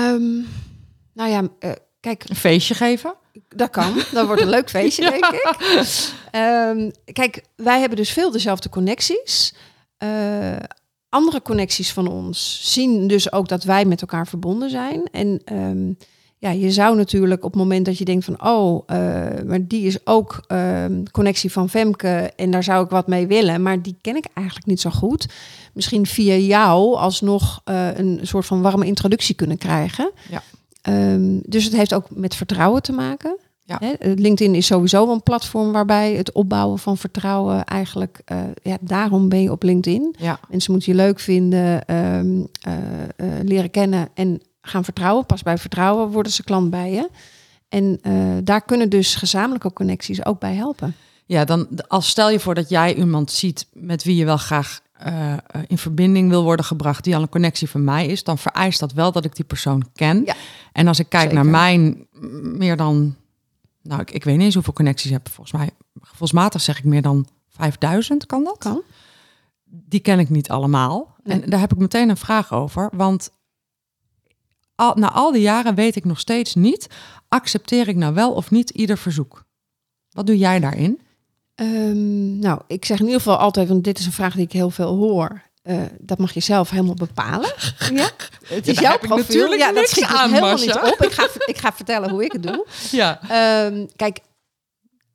Kijk. Een feestje geven? Dat kan. Dat wordt een leuk feestje, denk ik. Kijk, wij hebben dus veel dezelfde connecties. Andere connecties van ons zien dus ook dat wij met elkaar verbonden zijn. En je zou natuurlijk op het moment dat je denkt van maar die is ook connectie van Femke en daar zou ik wat mee willen, maar die ken ik eigenlijk niet zo goed. Misschien via jou alsnog een soort van warme introductie kunnen krijgen. Ja. Dus het heeft ook met vertrouwen te maken. Ja. LinkedIn is sowieso een platform waarbij het opbouwen van vertrouwen eigenlijk, daarom ben je op LinkedIn. Ja. Mensen moeten je leuk vinden, leren kennen en gaan vertrouwen. Pas bij vertrouwen worden ze klant bij je. En daar kunnen dus gezamenlijke connecties ook bij helpen. Ja, dan als stel je voor dat jij iemand ziet met wie je wel graag in verbinding wil worden gebracht, die al een connectie van mij is, dan vereist dat wel dat ik die persoon ken. Ja. En als ik kijk naar mijn meer dan, ik weet niet eens hoeveel connecties heb. Volgens mij, gevoelsmatig zeg ik meer dan 5000, kan dat? Kan. Die ken ik niet allemaal. Nee. En daar heb ik meteen een vraag over, want na al die jaren weet ik nog steeds niet, accepteer ik nou wel of niet ieder verzoek? Wat doe jij daarin? Ik zeg in ieder geval altijd, want dit is een vraag die ik heel veel hoor. Dat mag je zelf helemaal bepalen. Ja? Het is jouw profiel. Ja, dat schiet helemaal niet op. Ik ga vertellen hoe ik het doe. Ja. Kijk,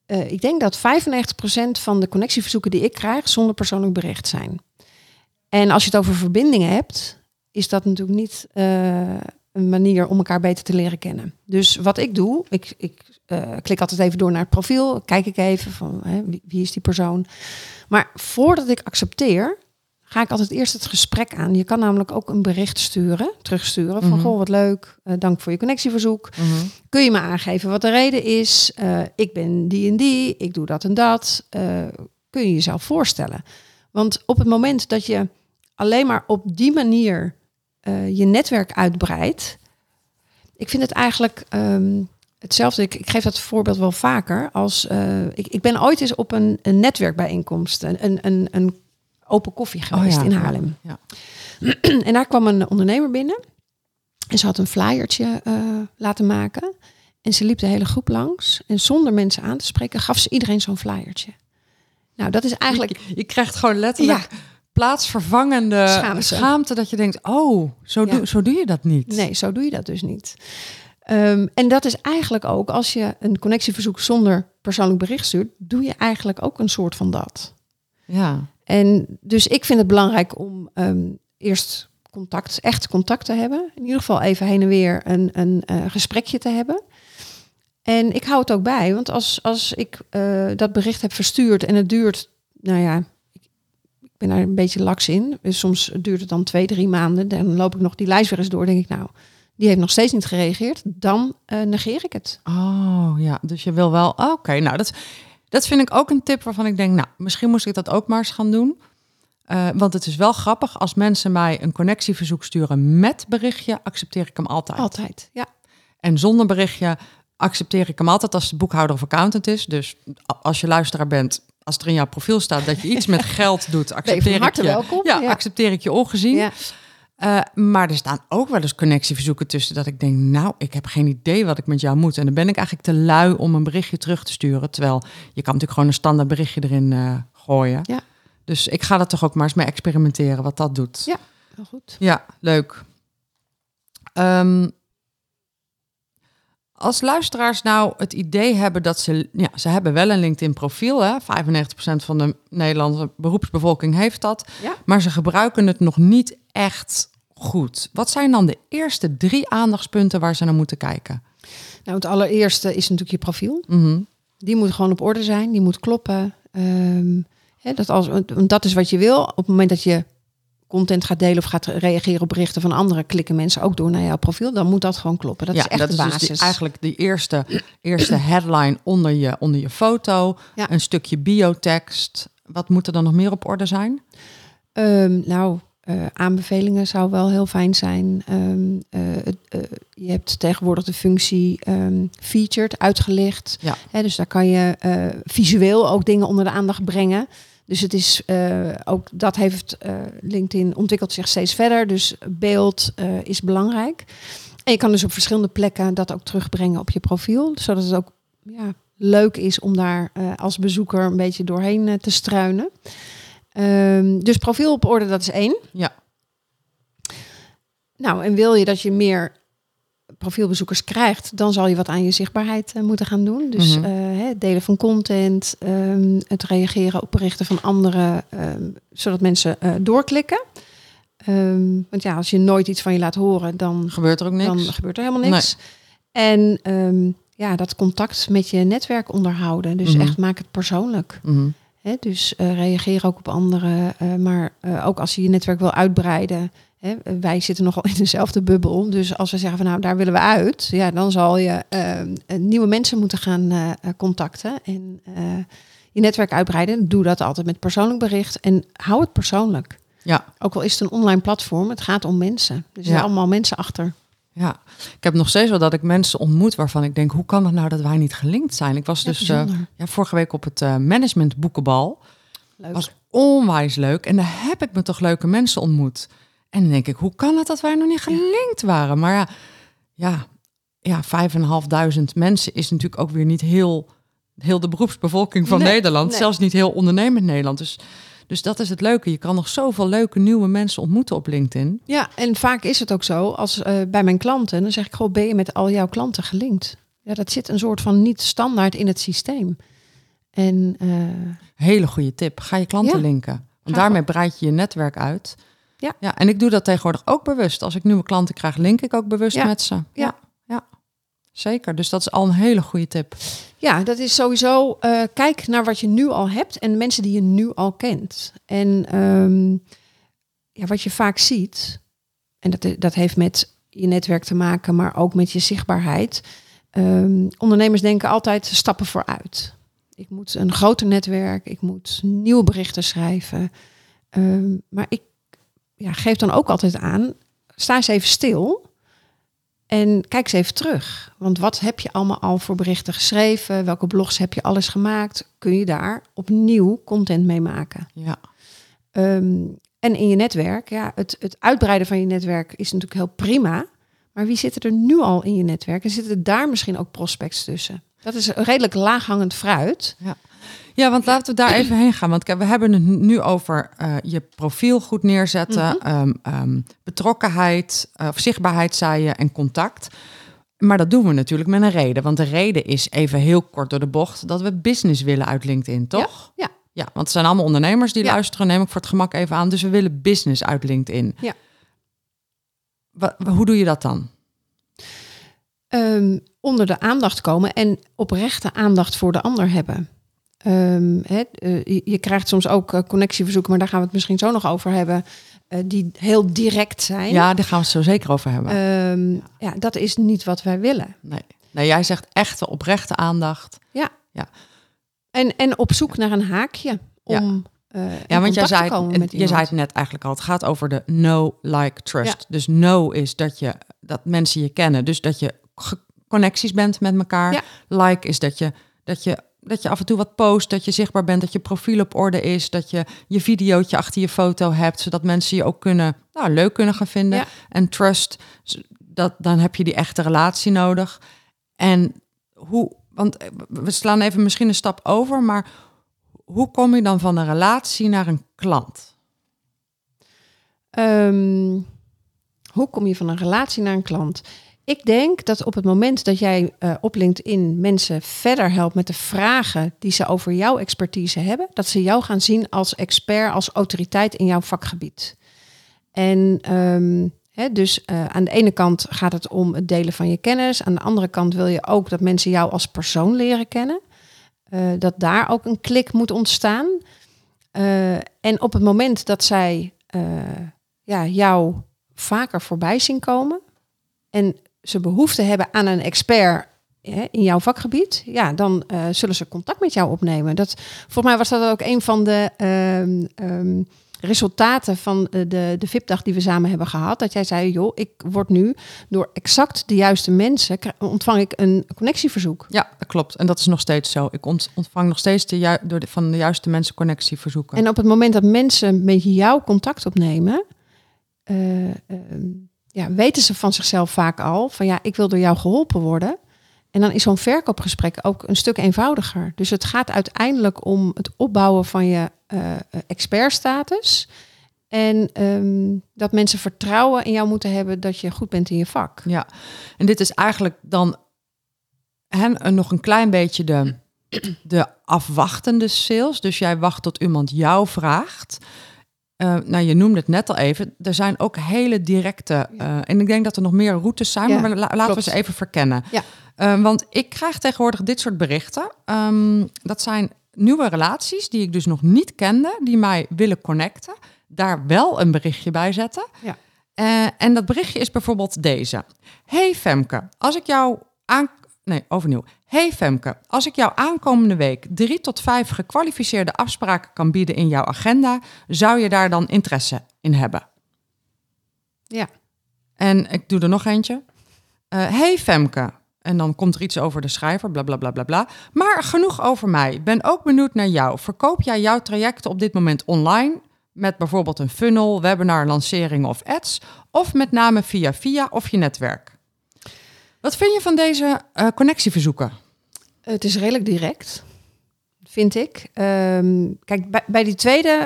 ik denk dat 95% van de connectieverzoeken die ik krijg zonder persoonlijk bericht zijn. En als je het over verbindingen hebt, is dat natuurlijk niet een manier om elkaar beter te leren kennen. Dus wat ik doe, ik klik altijd even door naar het profiel, kijk ik even van wie is die persoon. Maar voordat ik accepteer, ga ik altijd eerst het gesprek aan. Je kan namelijk ook een bericht terugsturen van goh, wat leuk, dank voor je connectieverzoek. Mm-hmm. Kun je me aangeven wat de reden is? Ik ben die en die, ik doe dat en dat. Kun je jezelf voorstellen? Want op het moment dat je alleen maar op die manier je netwerk uitbreidt. Ik vind het eigenlijk hetzelfde. Ik geef dat voorbeeld wel vaker. Als ik ben ooit eens op een netwerkbijeenkomst, een open koffie geweest in Haarlem. Ja. En daar kwam een ondernemer binnen. En ze had een flyertje laten maken. En ze liep de hele groep langs. En zonder mensen aan te spreken gaf ze iedereen zo'n flyertje. Nou, dat is eigenlijk... Je krijgt gewoon letterlijk plaatsvervangende schaamte dat je denkt, zo doe je dat niet. Nee, zo doe je dat dus niet. En dat is eigenlijk ook, als je een connectieverzoek zonder persoonlijk bericht stuurt, doe je eigenlijk ook een soort van dat. Ja. En dus ik vind het belangrijk om eerst echt contact te hebben. In ieder geval even heen en weer een gesprekje te hebben. En ik hou het ook bij, want als ik dat bericht heb verstuurd en het duurt, ik ben daar een beetje laks in. Dus soms duurt het dan 2-3 maanden. Dan loop ik nog die lijst weer eens door. Denk ik, die heeft nog steeds niet gereageerd. Dan negeer ik het. Oh ja, dus je wil wel... Oké, nou dat vind ik ook een tip waarvan ik denk, misschien moest ik dat ook maar eens gaan doen. Want het is wel grappig. Als mensen mij een connectieverzoek sturen met berichtje, accepteer ik hem altijd. Altijd, ja. En zonder berichtje accepteer ik hem altijd als de boekhouder of accountant is. Dus als je luisteraar bent, als er in jouw profiel staat dat je iets met geld doet, accepteer ik je. Welkom. Ja, accepteer ik je ongezien. Ja. Maar er staan ook wel eens connectieverzoeken tussen dat ik denk, ik heb geen idee wat ik met jou moet. En dan ben ik eigenlijk te lui om een berichtje terug te sturen. Terwijl je kan natuurlijk gewoon een standaard berichtje erin gooien. Ja. Dus ik ga er toch ook maar eens mee experimenteren wat dat doet. Ja, heel goed. Ja, leuk. Als luisteraars nou het idee hebben dat ze hebben wel een LinkedIn profiel. Hè? 95% van de Nederlandse beroepsbevolking heeft dat. Ja. Maar ze gebruiken het nog niet echt goed. Wat zijn dan de eerste 3 aandachtspunten waar ze naar moeten kijken? Nou, het allereerste is natuurlijk je profiel. Mm-hmm. Die moet gewoon op orde zijn. Die moet kloppen. Dat is wat je wil. Op het moment dat je content gaat delen of gaat reageren op berichten van anderen, klikken mensen ook door naar jouw profiel. Dan moet dat gewoon kloppen. Dat is echt de basis. Dus eigenlijk de eerste headline onder je foto. Ja. Een stukje biotekst. Wat moet er dan nog meer op orde zijn? Aanbevelingen zou wel heel fijn zijn. Je hebt tegenwoordig de functie featured, uitgelicht. Ja. Dus daar kan je visueel ook dingen onder de aandacht brengen. Dus het is ook dat heeft LinkedIn ontwikkelt zich steeds verder. Dus beeld is belangrijk. En je kan dus op verschillende plekken dat ook terugbrengen op je profiel. Zodat het ook leuk is om daar als bezoeker een beetje doorheen te struinen. Dus profiel op orde, dat is 1. Ja. Nou, en wil je dat je meer profielbezoekers krijgt, dan zal je wat aan je zichtbaarheid moeten gaan doen. Dus het delen van content, het reageren op berichten van anderen, zodat mensen doorklikken. Want als je nooit iets van je laat horen, dan gebeurt er ook niks. Dan gebeurt er helemaal niks. Nee. En dat contact met je netwerk onderhouden. Dus echt maak het persoonlijk. Mm-hmm. Dus reageer ook op anderen. Maar ook als je je netwerk wil uitbreiden. Wij zitten nogal in dezelfde bubbel. Dus als we zeggen van daar willen we uit. Ja, dan zal je nieuwe mensen moeten gaan contacten. En je netwerk uitbreiden. Doe dat altijd met persoonlijk bericht. En hou het persoonlijk. Ja. Ook al is het een online platform. Het gaat om mensen. Er zijn allemaal mensen achter. Ja, ik heb nog steeds wel dat ik mensen ontmoet waarvan ik denk, hoe kan het nou dat wij niet gelinkt zijn? Ik was dus vorige week op het managementboekenbal. Leuk. Was onwijs leuk. En daar heb ik me toch leuke mensen ontmoet. En dan denk ik, hoe kan het dat wij nog niet gelinkt waren? Maar ja, 5.500 mensen is natuurlijk ook weer niet heel de beroepsbevolking van Nederland. Nee. Zelfs niet heel ondernemend Nederland. Dus dat is het leuke. Je kan nog zoveel leuke nieuwe mensen ontmoeten op LinkedIn. Ja, en vaak is het ook zo. Als bij mijn klanten, dan zeg ik gewoon, ben je met al jouw klanten gelinkt? Ja, dat zit een soort van niet standaard in het systeem. En Hele goede tip. Ga je klanten Ja. linken. Want daarmee breid je je netwerk uit. Ja, en ik doe dat tegenwoordig ook bewust. Als ik nieuwe klanten krijg, link ik ook bewust met ze. Ja. Zeker. Dus dat is al een hele goede tip. ja, dat is sowieso... kijk naar wat je nu al hebt en mensen die je nu al kent. En wat je vaak ziet... en dat heeft met je netwerk te maken, maar ook met je zichtbaarheid. Ondernemers denken altijd stappen vooruit. Ik moet een groter netwerk, ik moet nieuwe berichten schrijven. Maar ik geef dan ook altijd aan, sta eens even stil en kijk eens even terug. Want wat heb je allemaal al voor berichten geschreven? Welke blogs heb je alles gemaakt? Kun je daar opnieuw content mee maken? Ja. En in je netwerk, het uitbreiden van je netwerk is natuurlijk heel prima. Maar wie zitten er nu al in je netwerk? En zitten er daar misschien ook prospects tussen? Dat is redelijk laaghangend fruit. Ja, want laten we daar even heen gaan. Want we hebben het nu over je profiel goed neerzetten, betrokkenheid, of zichtbaarheid, zei je, en contact. Maar dat doen we natuurlijk met een reden. Want de reden is, even heel kort door de bocht, dat we business willen uit LinkedIn, toch? Ja. Ja, want het zijn allemaal ondernemers die luisteren, neem ik voor het gemak even aan. Dus we willen business uit LinkedIn. Ja. Hoe doe je dat dan? Onder de aandacht komen en oprechte aandacht voor de ander hebben. Je krijgt soms ook connectieverzoeken, maar daar gaan we het misschien zo nog over hebben, die heel direct zijn. Ja, daar gaan we het zo zeker over hebben. Dat is niet wat wij willen. Nee, jij zegt echte oprechte aandacht. Ja. En op zoek naar een haakje om want jij zei het net eigenlijk al. Het gaat over de know, like, trust. Ja. Dus know is dat mensen je kennen. Dus dat je connecties bent met elkaar. Ja. Like is dat je af en toe wat post, dat je zichtbaar bent, dat je profiel op orde is, dat je je videootje achter je foto hebt, zodat mensen je ook leuk kunnen gaan vinden. Ja. En trust, dan heb je die echte relatie nodig. En want we slaan even misschien een stap over, maar hoe kom je dan van een relatie naar een klant? Hoe kom je van een relatie naar een klant? Ik denk dat op het moment dat jij op LinkedIn mensen verder helpt met de vragen die ze over jouw expertise hebben, dat ze jou gaan zien als expert, als autoriteit in jouw vakgebied. En dus aan de ene kant gaat het om het delen van je kennis. Aan de andere kant wil je ook dat mensen jou als persoon leren kennen. Dat daar ook een klik moet ontstaan. En op het moment dat zij jou vaker voorbij zien komen en ze behoefte hebben aan een expert in jouw vakgebied, dan zullen ze contact met jou opnemen. Volgens mij was dat ook een van de resultaten van de VIP-dag die we samen hebben gehad. Dat jij zei, joh, ik word nu door exact de juiste mensen, ontvang ik een connectieverzoek. Ja, dat klopt. En dat is nog steeds zo. Ik ontvang nog steeds van de juiste mensen connectieverzoeken. En op het moment dat mensen met jou contact opnemen, weten ze van zichzelf vaak al van ik wil door jou geholpen worden. En dan is zo'n verkoopgesprek ook een stuk eenvoudiger. Dus het gaat uiteindelijk om het opbouwen van je expertstatus. En dat mensen vertrouwen in jou moeten hebben dat je goed bent in je vak. Ja, en dit is eigenlijk dan nog een klein beetje de afwachtende sales. Dus jij wacht tot iemand jou vraagt. Je noemde het net al even. Er zijn ook hele directe... en ik denk dat er nog meer routes zijn, maar laten we ze even verkennen. Ja. Want ik krijg tegenwoordig dit soort berichten. Dat zijn nieuwe relaties die ik dus nog niet kende, die mij willen connecten. Daar wel een berichtje bij zetten. Ja. En dat berichtje is bijvoorbeeld deze. Hey Femke, als ik jou overnieuw. Hey Femke, als ik jou aankomende week 3 tot 5 gekwalificeerde afspraken kan bieden in jouw agenda, zou je daar dan interesse in hebben? Ja. En ik doe er nog eentje. Hey Femke. En dan komt er iets over de schrijver, bla bla bla bla bla. Maar genoeg over mij. Ben ook benieuwd naar jou. Verkoop jij jouw trajecten op dit moment online? Met bijvoorbeeld een funnel, webinar, lancering of ads? Of met name via of je netwerk? Wat vind je van deze connectieverzoeken? Het is redelijk direct, vind ik. Kijk, bij die tweede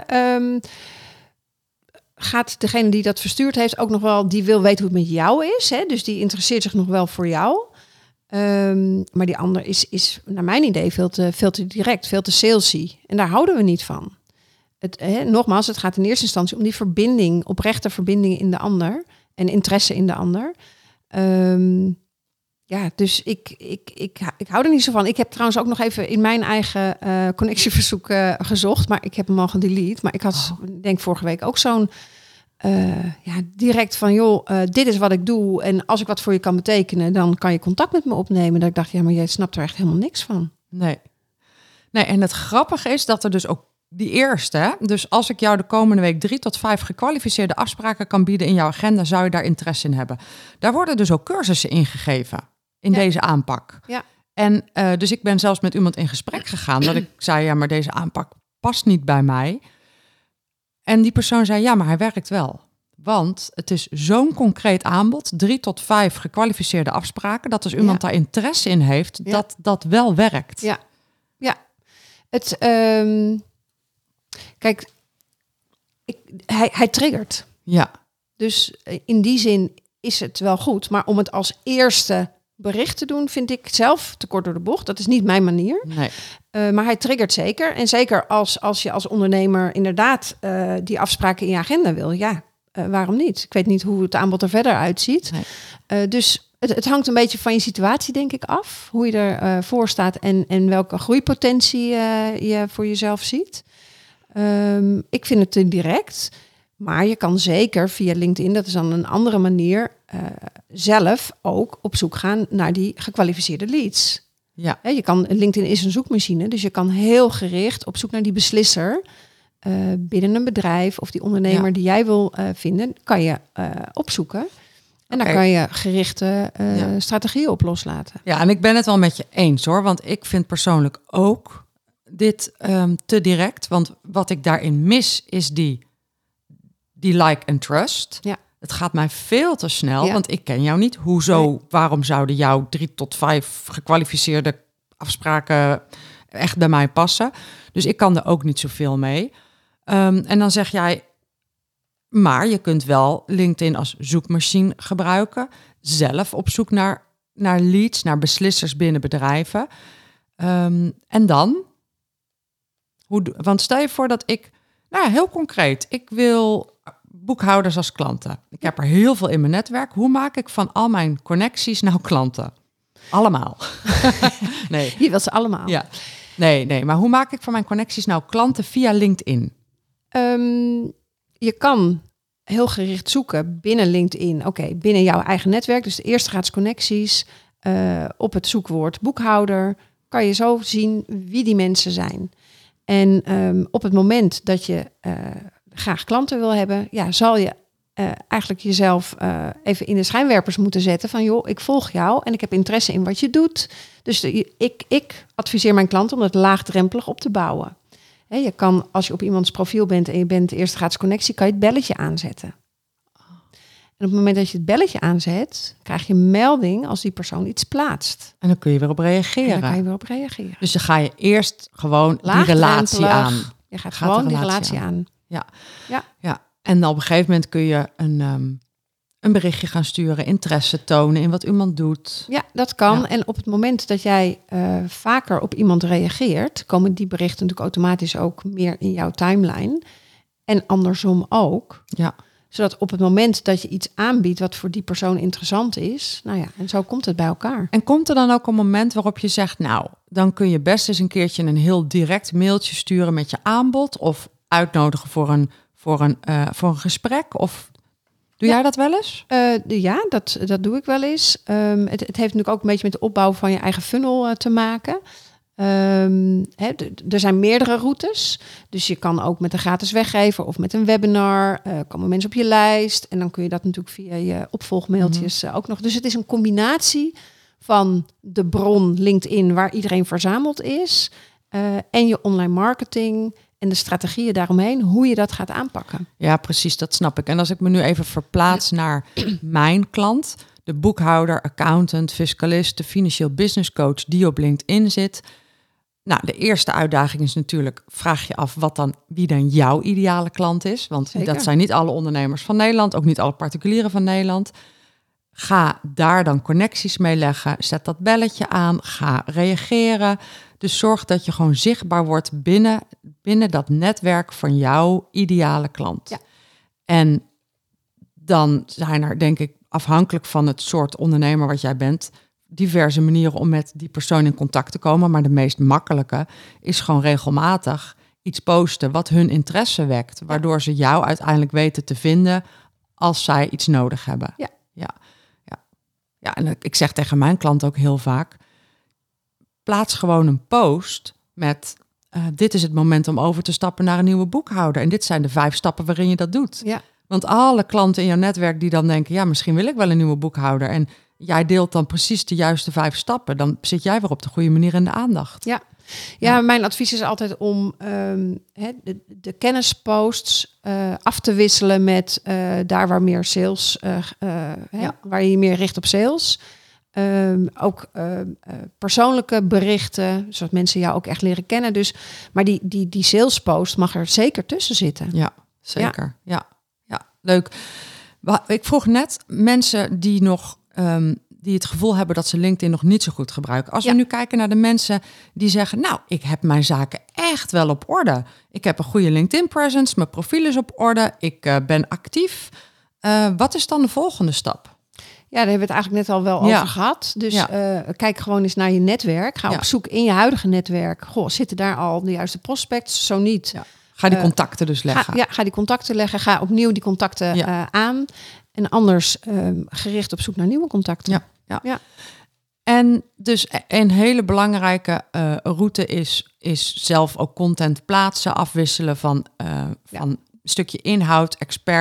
gaat degene die dat verstuurd heeft ook nog wel, die wil weten hoe het met jou is. Hè? Dus die interesseert zich nog wel voor jou. Maar die ander is naar mijn idee veel te direct, veel te salesy. En daar houden we niet van. Nogmaals, het gaat in eerste instantie om die verbinding, oprechte verbinding in de ander en interesse in de ander. Dus ik hou er niet zo van. Ik heb trouwens ook nog even in mijn eigen connectieverzoek gezocht, maar ik heb hem al gedelete. Maar ik had, denk vorige week ook zo'n direct van, dit is wat ik doe. En als ik wat voor je kan betekenen, dan kan je contact met me opnemen. Dat ik dacht, maar jij snapt er echt helemaal niks van. Nee, en het grappige is dat er dus ook die eerste, hè? Dus als ik jou de komende week 3 tot 5 gekwalificeerde afspraken kan bieden in jouw agenda, zou je daar interesse in hebben. Daar worden dus ook cursussen ingegeven in deze aanpak. Ja. En dus ik ben zelfs met iemand in gesprek gegaan dat ik zei, maar deze aanpak past niet bij mij. En die persoon zei, maar hij werkt wel. Want het is zo'n concreet aanbod, 3 tot 5 gekwalificeerde afspraken, dat als iemand daar interesse in heeft, dat wel werkt. Ja. Het, kijk, hij triggert. Ja. Dus in die zin is het wel goed. Maar om het als eerste bericht te doen, vind ik zelf te kort door de bocht. Dat is niet mijn manier. Nee. Maar hij triggert zeker. En zeker als je als ondernemer inderdaad die afspraken in je agenda wil. Waarom niet? Ik weet niet hoe het aanbod er verder uitziet. Nee. Dus het hangt een beetje van je situatie, denk ik, af. Hoe je ervoor staat en welke groeipotentie je voor jezelf ziet. Ik vind het te direct. Maar je kan zeker via LinkedIn, dat is dan een andere manier, zelf ook op zoek gaan naar die gekwalificeerde leads. Ja. LinkedIn is een zoekmachine, dus je kan heel gericht op zoek naar die beslisser binnen een bedrijf of die ondernemer die jij wil vinden, kan je opzoeken. En daar kan je gerichte strategieën op loslaten. Ja, en ik ben het wel met je eens hoor, want ik vind persoonlijk ook dit te direct. Want wat ik daarin mis is die like en trust. Ja. Het gaat mij veel te snel, want ik ken jou niet. Hoezo, Nee. Waarom zouden jouw 3 tot 5 gekwalificeerde afspraken echt bij mij passen? Dus ik kan er ook niet zoveel mee. En dan zeg jij, maar je kunt wel LinkedIn als zoekmachine gebruiken. Zelf op zoek naar leads, naar beslissers binnen bedrijven. En dan? Want stel je voor dat ik, heel concreet, ik wil boekhouders als klanten. Ik heb er heel veel in mijn netwerk. Hoe maak ik van al mijn connecties nou klanten? Allemaal. Nee. Je wilt ze allemaal. Ja. Nee, maar hoe maak ik van mijn connecties nou klanten via LinkedIn? Je kan heel gericht zoeken binnen LinkedIn. Oké, binnen jouw eigen netwerk. Dus de eerste gratis connecties. Op het zoekwoord boekhouder kan je zo zien wie die mensen zijn. En op het moment dat je graag klanten wil hebben, zal je eigenlijk jezelf even in de schijnwerpers moeten zetten van ik volg jou en ik heb interesse in wat je doet. Dus ik adviseer mijn klanten om het laagdrempelig op te bouwen. Je kan, als je op iemands profiel bent en je bent de eerste gratis connectie, kan je het belletje aanzetten. En op het moment dat je het belletje aanzet, krijg je een melding als die persoon iets plaatst. En dan kun je weer op reageren. Dus dan ga je eerst gewoon die relatie aan. Je gaat gewoon die relatie aan. Ja. En op een gegeven moment kun je een berichtje gaan sturen, interesse tonen in wat iemand doet. Ja, dat kan. Ja. En op het moment dat jij vaker op iemand reageert, komen die berichten natuurlijk automatisch ook meer in jouw timeline. En andersom ook. Ja. Zodat op het moment dat je iets aanbiedt wat voor die persoon interessant is, en zo komt het bij elkaar. En komt er dan ook een moment waarop je zegt, dan kun je best eens een keertje een heel direct mailtje sturen met je aanbod of uitnodigen voor een gesprek? Of doe jij dat wel eens? Ja, dat doe ik wel eens. Het heeft natuurlijk ook een beetje met de opbouw van je eigen funnel te maken. Er zijn meerdere routes. Dus je kan ook met een gratis weggever of met een webinar. Komen mensen op je lijst. En dan kun je dat natuurlijk via je opvolgmailtjes ook nog. Dus het is een combinatie van de bron LinkedIn waar iedereen verzameld is. En je online marketing en de strategieën daaromheen. Hoe je dat gaat aanpakken. Ja, precies. Dat snap ik. En als ik me nu even verplaats naar mijn klant, de boekhouder, accountant, fiscalist, de financieel business coach die op LinkedIn zit. De eerste uitdaging is natuurlijk, vraag je af wie dan jouw ideale klant is. Want Zeker. Dat zijn niet alle ondernemers van Nederland, ook niet alle particulieren van Nederland. ga daar dan connecties mee leggen. Zet dat belletje aan. Ga reageren. Dus zorg dat je gewoon zichtbaar wordt binnen dat netwerk van jouw ideale klant. Ja. En dan zijn er, denk ik, afhankelijk van het soort ondernemer wat jij bent, diverse manieren om met die persoon in contact te komen. Maar de meest makkelijke is gewoon regelmatig iets posten wat hun interesse wekt. Waardoor ze jou uiteindelijk weten te vinden als zij iets nodig hebben. Ja, en ik zeg tegen mijn klant ook heel vaak, plaats gewoon een post met dit is het moment om over te stappen naar een nieuwe boekhouder. En dit zijn de 5 stappen waarin je dat doet. Ja. Want alle klanten in jouw netwerk die dan denken, ja, misschien wil ik wel een nieuwe boekhouder. En jij deelt dan precies de juiste 5 stappen. Dan zit jij weer op de goede manier in de aandacht. Ja, mijn advies is altijd om de kennisposts af te wisselen met daar waar meer sales, waar je meer richt op sales. Ook persoonlijke berichten, zodat mensen jou ook echt leren kennen. Dus, maar die salespost mag er zeker tussen zitten. Ja, zeker. Ja, leuk. Ik vroeg net mensen die nog die het gevoel hebben dat ze LinkedIn nog niet zo goed gebruiken. Als we nu kijken naar de mensen die zeggen, nou, ik heb mijn zaken echt wel op orde. Ik heb een goede LinkedIn presence, mijn profiel is op orde, ik ben actief. Wat is dan de volgende stap? Ja, daar hebben we het eigenlijk net al wel over gehad. Dus kijk gewoon eens naar je netwerk. Ga op zoek in je huidige netwerk. Goh, zitten daar al de juiste prospects? Zo niet. Ja. Ga die contacten dus leggen. Ga die contacten leggen. Ga opnieuw die contacten aan. En anders gericht op zoek naar nieuwe contacten. Ja. En dus een hele belangrijke route is zelf ook content plaatsen, afwisselen van een stukje inhoud,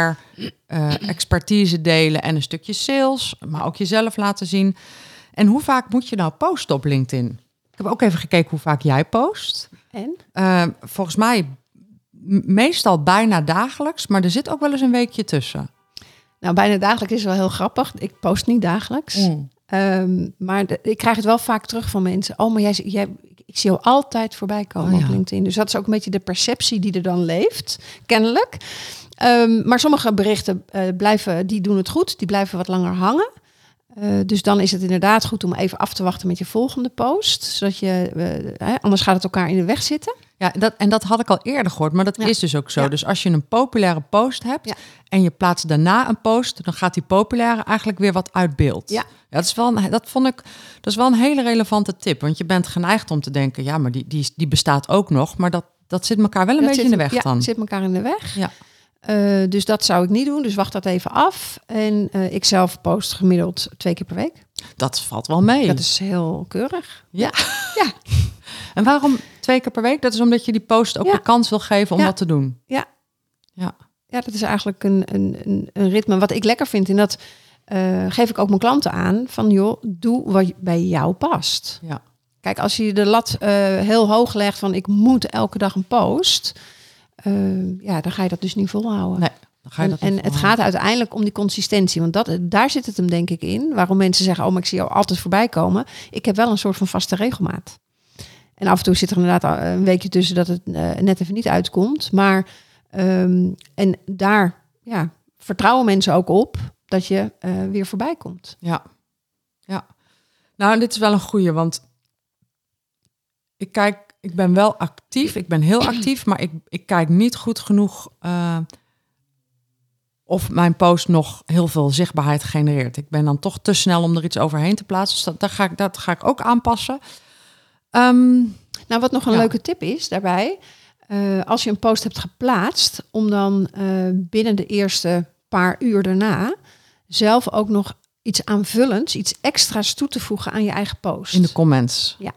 expertise delen en een stukje sales, maar ook jezelf laten zien. En hoe vaak moet je nou posten op LinkedIn? Ik heb ook even gekeken hoe vaak jij post. En? Volgens mij meestal bijna dagelijks, maar er zit ook wel eens een weekje tussen. Nou, bijna dagelijks is wel heel grappig. Ik post niet dagelijks. Maar ik krijg het wel vaak terug van mensen. Oh, maar ik zie jou altijd voorbij komen op LinkedIn. Dus dat is ook een beetje de perceptie die er dan leeft, kennelijk. Maar sommige berichten die doen het goed. Die blijven wat langer hangen. Dus dan is het inderdaad goed om even af te wachten met je volgende post. Zodat anders gaat het elkaar in de weg zitten. Ja, dat had ik al eerder gehoord, maar dat is dus ook zo. Ja. Dus als je een populaire post hebt en je plaatst daarna een post, dan gaat die populaire eigenlijk weer wat uit beeld. Ja, dat is wel een hele relevante tip. Want je bent geneigd om te denken, ja, maar die bestaat ook nog. Maar dat zit elkaar wel een beetje in de weg dan. Ja, zit elkaar in de weg. Ja. Dus dat zou ik niet doen. Dus wacht dat even af. En ik zelf post gemiddeld 2 keer per week. Dat valt wel mee. Dat is heel keurig. Ja. En waarom 2 keer per week? Dat is omdat je die post ook de kans wil geven om wat te doen. Ja, dat is eigenlijk een ritme wat ik lekker vind. En dat geef ik ook mijn klanten aan. Van joh, doe wat bij jou past. Ja. Kijk, als je de lat heel hoog legt van ik moet elke dag een post. Dan ga je dat dus niet volhouden. Nee, dan ga je dat niet volhouden. Het gaat uiteindelijk om die consistentie. Want daar zit het hem denk ik in. Waarom mensen zeggen, maar ik zie jou altijd voorbij komen. Ik heb wel een soort van vaste regelmaat. En af en toe zit er inderdaad een weekje tussen dat het net even niet uitkomt. Maar en daar vertrouwen mensen ook op dat je weer voorbij komt. Ja. Nou, dit is wel een goeie, want ik ben wel actief. Ik ben heel actief, maar ik kijk niet goed genoeg of mijn post nog heel veel zichtbaarheid genereert. Ik ben dan toch te snel om er iets overheen te plaatsen. Dus dat ga ik ook aanpassen. Nou, wat nog een leuke tip is daarbij. Als je een post hebt geplaatst, om dan binnen de eerste paar uur daarna zelf ook nog iets aanvullends, iets extra's toe te voegen aan je eigen post. In de comments. Ja.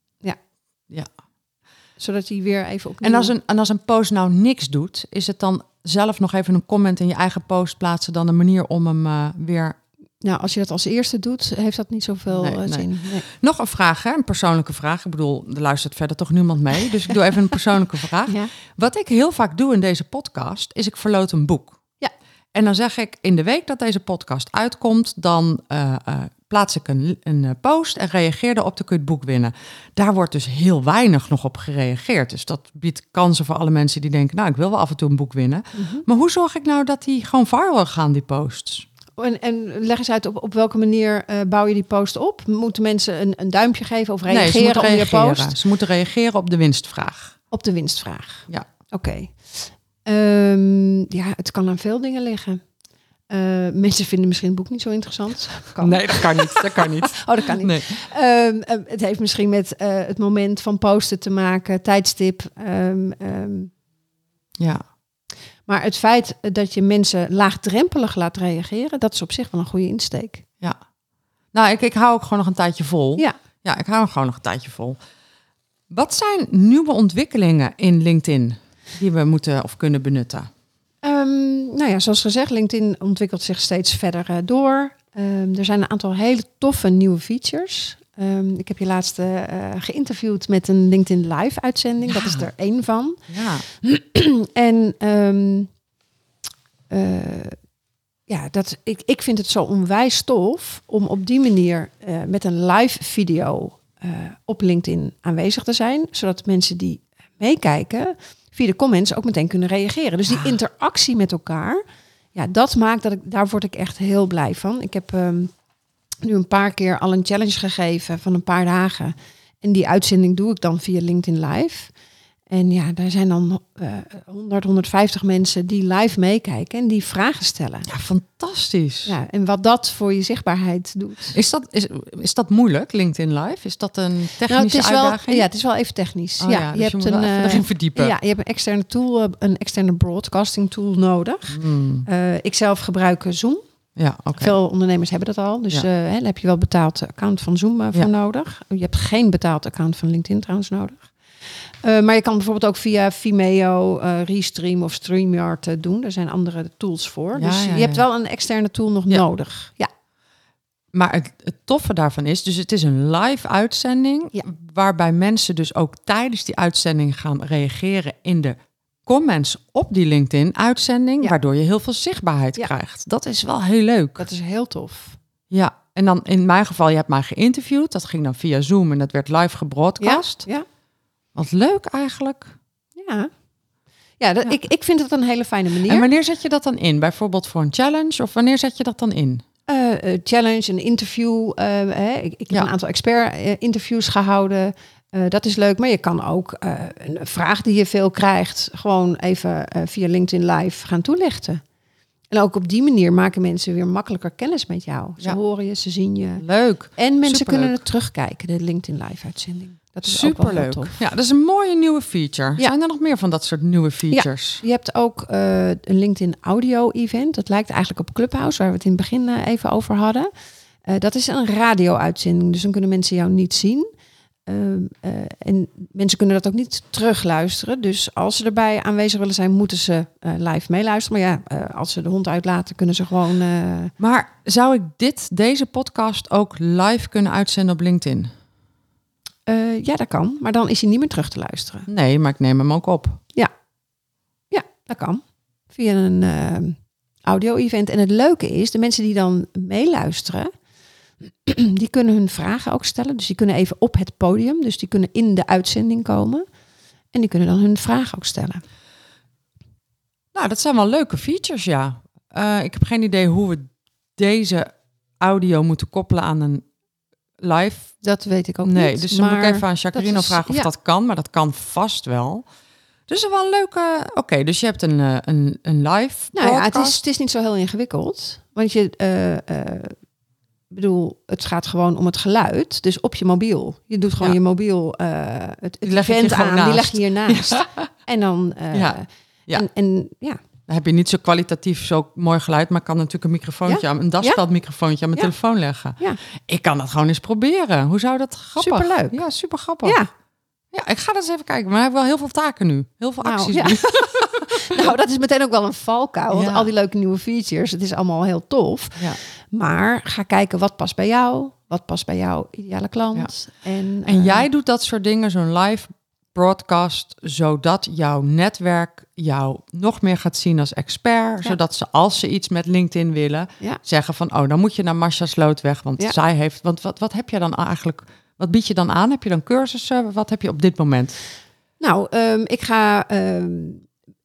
Zodat hij weer even opnieuw... En als een post nou niks doet, is het dan zelf nog even een comment in je eigen post plaatsen dan een manier om hem weer... Nou, als je dat als eerste doet, heeft dat niet zoveel zin. Nee. Nog een vraag, een persoonlijke vraag. Ik bedoel, er luistert verder toch niemand mee. Dus ik doe even een persoonlijke vraag. Ja. Wat ik heel vaak doe in deze podcast, is ik verloot een boek. Ja. En dan zeg ik, in de week dat deze podcast uitkomt, dan plaats ik een post en reageer erop, dan kun je het boek winnen. Daar wordt dus heel weinig nog op gereageerd. Dus dat biedt kansen voor alle mensen die denken, nou, ik wil wel af en toe een boek winnen. Mm-hmm. Maar hoe zorg ik nou dat die gewoon viral gaan, die posts? En leg eens uit op welke manier bouw je die post op? Moeten mensen een duimpje geven of reageren op je post? Ze moeten reageren op de winstvraag. Op de winstvraag? Ja. Oké. Het kan aan veel dingen liggen. Mensen vinden misschien het boek niet zo interessant. Nee, dat kan niet. Oh, dat kan niet. Nee. Het heeft misschien met het moment van posten te maken, tijdstip. Ja. Maar het feit dat je mensen laagdrempelig laat reageren, dat is op zich wel een goede insteek. Ja. Nou, ik hou ook gewoon nog een tijdje vol. Ja, ik hou nog gewoon nog een tijdje vol. Wat zijn nieuwe ontwikkelingen in LinkedIn die we moeten of kunnen benutten? Zoals gezegd, LinkedIn ontwikkelt zich steeds verder door. Er zijn een aantal hele toffe nieuwe features. Ik heb je laatst geïnterviewd met een LinkedIn Live uitzending. Ja. Dat is er één van. Ja. En ik vind het zo onwijs tof om op die manier met een live video op LinkedIn aanwezig te zijn. Zodat mensen die meekijken via de comments ook meteen kunnen reageren. Dus die interactie met elkaar, dat maakt daar word ik echt heel blij van. Ik heb nu een paar keer al een challenge gegeven van een paar dagen. En die uitzending doe ik dan via LinkedIn Live. En daar zijn dan 150 mensen die live meekijken en die vragen stellen. Ja, fantastisch. Ja, en wat dat voor je zichtbaarheid doet. Is dat moeilijk, LinkedIn Live? Is dat een technische uitdaging? Het is wel even technisch. Oh, ja, dus je moet erin verdiepen. Ja, je hebt een externe tool, een externe broadcasting tool nodig. Ik zelf gebruik Zoom. Ja, okay. Veel ondernemers hebben dat al. Dus daar heb je wel betaald account van Zoom voor nodig. Je hebt geen betaald account van LinkedIn trouwens nodig. Maar je kan bijvoorbeeld ook via Vimeo, Restream of StreamYard doen. Er zijn andere tools voor. Dus je hebt wel een externe tool nog nodig. Ja. Maar het toffe daarvan is, dus het is een live uitzending, waarbij mensen dus ook tijdens die uitzending gaan reageren in de comments op die LinkedIn-uitzending, waardoor je heel veel zichtbaarheid krijgt. Dat is wel heel leuk. Dat is heel tof. Ja, en dan in mijn geval, je hebt mij geïnterviewd. Dat ging dan via Zoom en dat werd live gebroadcast. Ja. Wat leuk eigenlijk. Ja, ik vind het een hele fijne manier. En wanneer zet je dat dan in? Bijvoorbeeld voor een challenge? Of wanneer zet je dat dan in? Challenge, een interview. Ik heb een aantal expert-interviews gehouden. Dat is leuk. Maar je kan ook een vraag die je veel krijgt, gewoon even via LinkedIn Live gaan toelichten. En ook op die manier maken mensen weer makkelijker kennis met jou. Ze horen je, ze zien je. Leuk. En mensen Superleuk. kunnen het terugkijken, de LinkedIn Live-uitzending. Dat is superleuk. Ook wel tof. Ja, dat is een mooie nieuwe feature. Zijn er nog meer van dat soort nieuwe features? Ja, je hebt ook een LinkedIn audio-event. Dat lijkt eigenlijk op Clubhouse, waar we het in het begin even over hadden. Dat is een radio-uitzending, dus dan kunnen mensen jou niet zien. En mensen kunnen dat ook niet terugluisteren. Dus als ze erbij aanwezig willen zijn, moeten ze live meeluisteren. Maar als ze de hond uitlaten, kunnen ze gewoon... Maar zou ik deze podcast ook live kunnen uitzenden op LinkedIn? Ja, dat kan. Maar dan is hij niet meer terug te luisteren. Nee, maar ik neem hem ook op. Ja, dat kan. Via een audio-event. En het leuke is, de mensen die dan meeluisteren, die kunnen hun vragen ook stellen. Dus die kunnen even op het podium. Dus die kunnen in de uitzending komen. En die kunnen dan hun vragen ook stellen. Nou, dat zijn wel leuke features, ja. Ik heb geen idee hoe we deze audio moeten koppelen aan een live. Dat weet ik ook niet. Nee, dus dan moet ik even aan Jacqueline vragen of dat kan. Maar dat kan vast wel. Dus wel een leuke... Oké, dus je hebt een live Nou ja, het is niet zo heel ingewikkeld. Want het gaat gewoon om het geluid. Dus op je mobiel. Je doet gewoon je mobiel het event aan. Die leg je hiernaast. Ja. En dan... Dan heb je niet zo kwalitatief zo mooi geluid, maar kan natuurlijk een microfoontje een daspeldmicrofoontje aan mijn telefoon leggen. Ja. Ik kan dat gewoon eens proberen. Hoe zou dat grappig? Superleuk. Ja, super grappig. Ja, ik ga dat eens even kijken. Maar we hebben wel heel veel taken nu. Heel veel acties nu. Nou, dat is meteen ook wel een valkuil. Want al die leuke nieuwe features, het is allemaal heel tof. Ja. Maar ga kijken wat past bij jou. Wat past bij jouw ideale klant. Ja. En jij doet dat soort dingen, zo'n live broadcast, zodat jouw netwerk jou nog meer gaat zien als expert. Zodat ze, als ze iets met LinkedIn willen, zeggen van, dan moet je naar Masha Slootweg. Want zij heeft... Want wat heb je dan eigenlijk... Wat bied je dan aan? Heb je dan cursussen? Wat heb je op dit moment? Nou, ik ga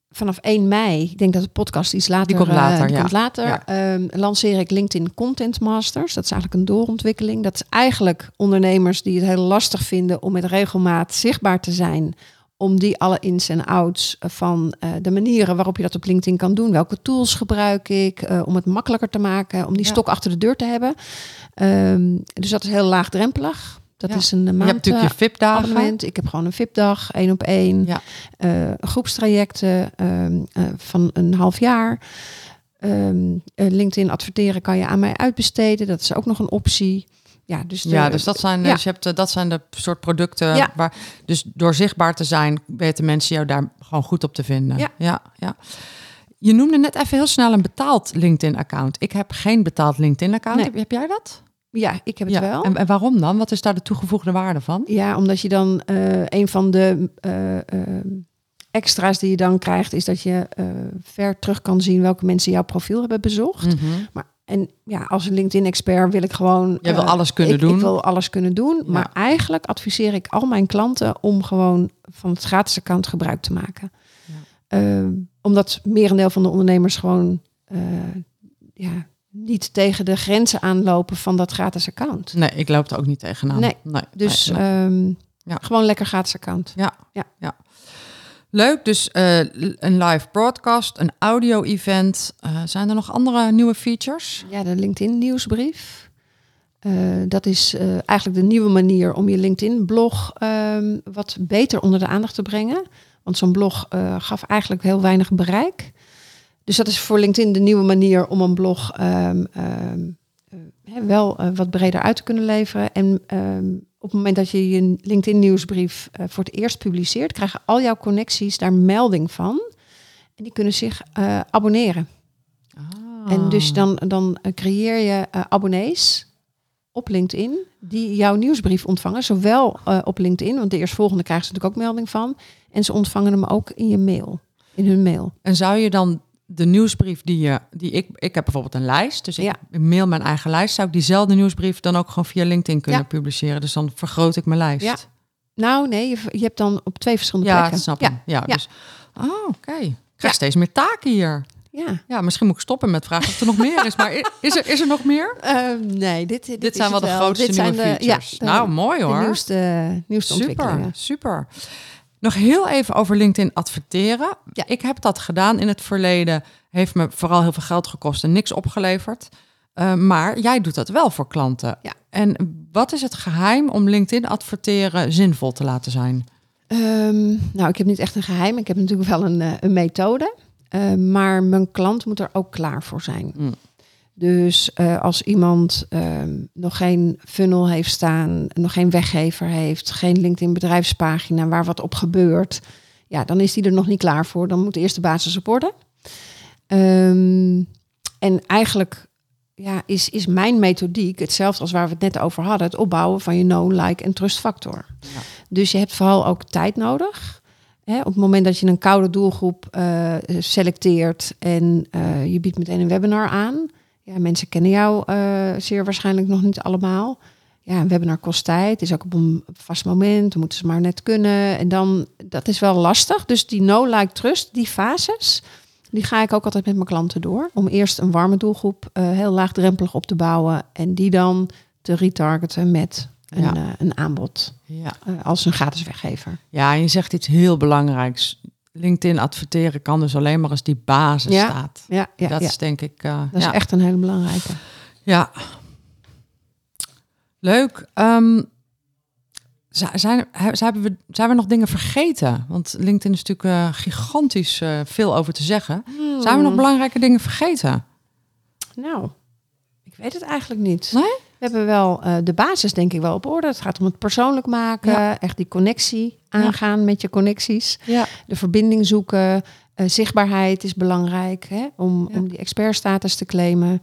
vanaf 1 mei, ik denk dat de podcast iets later... Die komt later, lanceer ik LinkedIn Content Masters. Dat is eigenlijk een doorontwikkeling. Dat is eigenlijk ondernemers die het heel lastig vinden om met regelmaat zichtbaar te zijn, om die alle ins en outs van de manieren waarop je dat op LinkedIn kan doen. Welke tools gebruik ik om het makkelijker te maken, om die stok achter de deur te hebben. Dus dat is heel laagdrempelig. Dat is een maand. Je hebt natuurlijk je VIP-dagen. Abonnement. Ik heb gewoon een VIP-dag, 1-op-1. Ja. Groepstrajecten van een half jaar. LinkedIn adverteren kan je aan mij uitbesteden. Dat is ook nog een optie. Ja, dus dat zijn, dus je hebt, dat zijn de soort producten waar, dus door zichtbaar te zijn, weten mensen jou daar gewoon goed op te vinden. Ja. Je noemde net even heel snel een betaald LinkedIn-account. Ik heb geen betaald LinkedIn-account. Nee. Heb jij dat? Ja, ik heb het wel. En waarom dan? Wat is daar de toegevoegde waarde van? Ja, omdat je dan een van de extra's die je dan krijgt, is dat je ver terug kan zien welke mensen jouw profiel hebben bezocht. Mm-hmm. En als een LinkedIn-expert wil ik gewoon... Jij wil alles kunnen doen. Ik wil alles kunnen doen. Ja. Maar eigenlijk adviseer ik al mijn klanten om gewoon van het gratis account gebruik te maken. Ja. Omdat merendeel van de ondernemers gewoon niet tegen de grenzen aanlopen van dat gratis account. Nee, ik loop er ook niet tegenaan. Nee. Dus gewoon lekker gratis account. Ja. Leuk, dus een live broadcast, een audio-event. Zijn er nog andere nieuwe features? Ja, de LinkedIn nieuwsbrief. Dat is eigenlijk de nieuwe manier om je LinkedIn-blog wat beter onder de aandacht te brengen. Want zo'n blog gaf eigenlijk heel weinig bereik. Dus dat is voor LinkedIn de nieuwe manier om een blog wel wat breder uit te kunnen leveren. En op het moment dat je je LinkedIn-nieuwsbrief voor het eerst publiceert, krijgen al jouw connecties daar melding van. En die kunnen zich abonneren. En dus dan creëer je abonnees op LinkedIn die jouw nieuwsbrief ontvangen. Zowel op LinkedIn, want de eerstvolgende krijgen ze natuurlijk ook melding van. En ze ontvangen hem ook in je mail, in hun mail. En zou je dan de nieuwsbrief die ik heb bijvoorbeeld een lijst, dus ik mail mijn eigen lijst, zou ik diezelfde nieuwsbrief dan ook gewoon via LinkedIn kunnen publiceren? Dus dan vergroot ik mijn lijst. Ja. Nou nee, je hebt dan op 2 verschillende plekken. Dat snap ik. Ja. Dus, oké. Ik krijg steeds meer taken hier. Ja, misschien moet ik stoppen met vragen of er nog meer is. Maar is er nog meer? Nee, dit zijn wel de grootste nieuwe features. Nou, mooi hoor. De nieuwste ontwikkelingen. Super. Nog heel even over LinkedIn adverteren. Ja. Ik heb dat gedaan in het verleden. Heeft me vooral heel veel geld gekost en niks opgeleverd. Maar jij doet dat wel voor klanten. Ja. En wat is het geheim om LinkedIn adverteren zinvol te laten zijn? Nou, ik heb niet echt een geheim. Ik heb natuurlijk wel een methode. Maar mijn klant moet er ook klaar voor zijn. Dus als iemand nog geen funnel heeft staan, nog geen weggever heeft, geen LinkedIn bedrijfspagina waar wat op gebeurt, ja, dan is die er nog niet klaar voor. Dan moet eerst de basis op orde. En eigenlijk is mijn methodiek hetzelfde als waar we het net over hadden. Het opbouwen van je know, like en trust factor. Ja. Dus je hebt vooral ook tijd nodig. Op het moment dat je een koude doelgroep selecteert en je biedt meteen een webinar aan. Ja, mensen kennen jou zeer waarschijnlijk nog niet allemaal. Ja, een webinar kost tijd. Is ook op een vast moment. Dan moeten ze maar net kunnen. En dan, dat is wel lastig. Dus die know, like, trust, die fases, die ga ik ook altijd met mijn klanten door. Om eerst een warme doelgroep heel laagdrempelig op te bouwen. En die dan te retargeten met een aanbod. Ja. Als een gratis weggever. Ja, en je zegt iets heel belangrijks. LinkedIn adverteren kan dus alleen maar als die basis staat. Ja, dat is denk ik... dat is echt een hele belangrijke. Ja. Leuk. Zijn we nog dingen vergeten? Want LinkedIn is natuurlijk gigantisch veel over te zeggen. Zijn we nog belangrijke dingen vergeten? Nou, ik weet het eigenlijk niet. Nee? We hebben wel de basis denk ik wel op orde. Het gaat om het persoonlijk maken. Echt die connectie aangaan met je connecties. Ja. De verbinding zoeken. Zichtbaarheid is belangrijk om die expertstatus te claimen.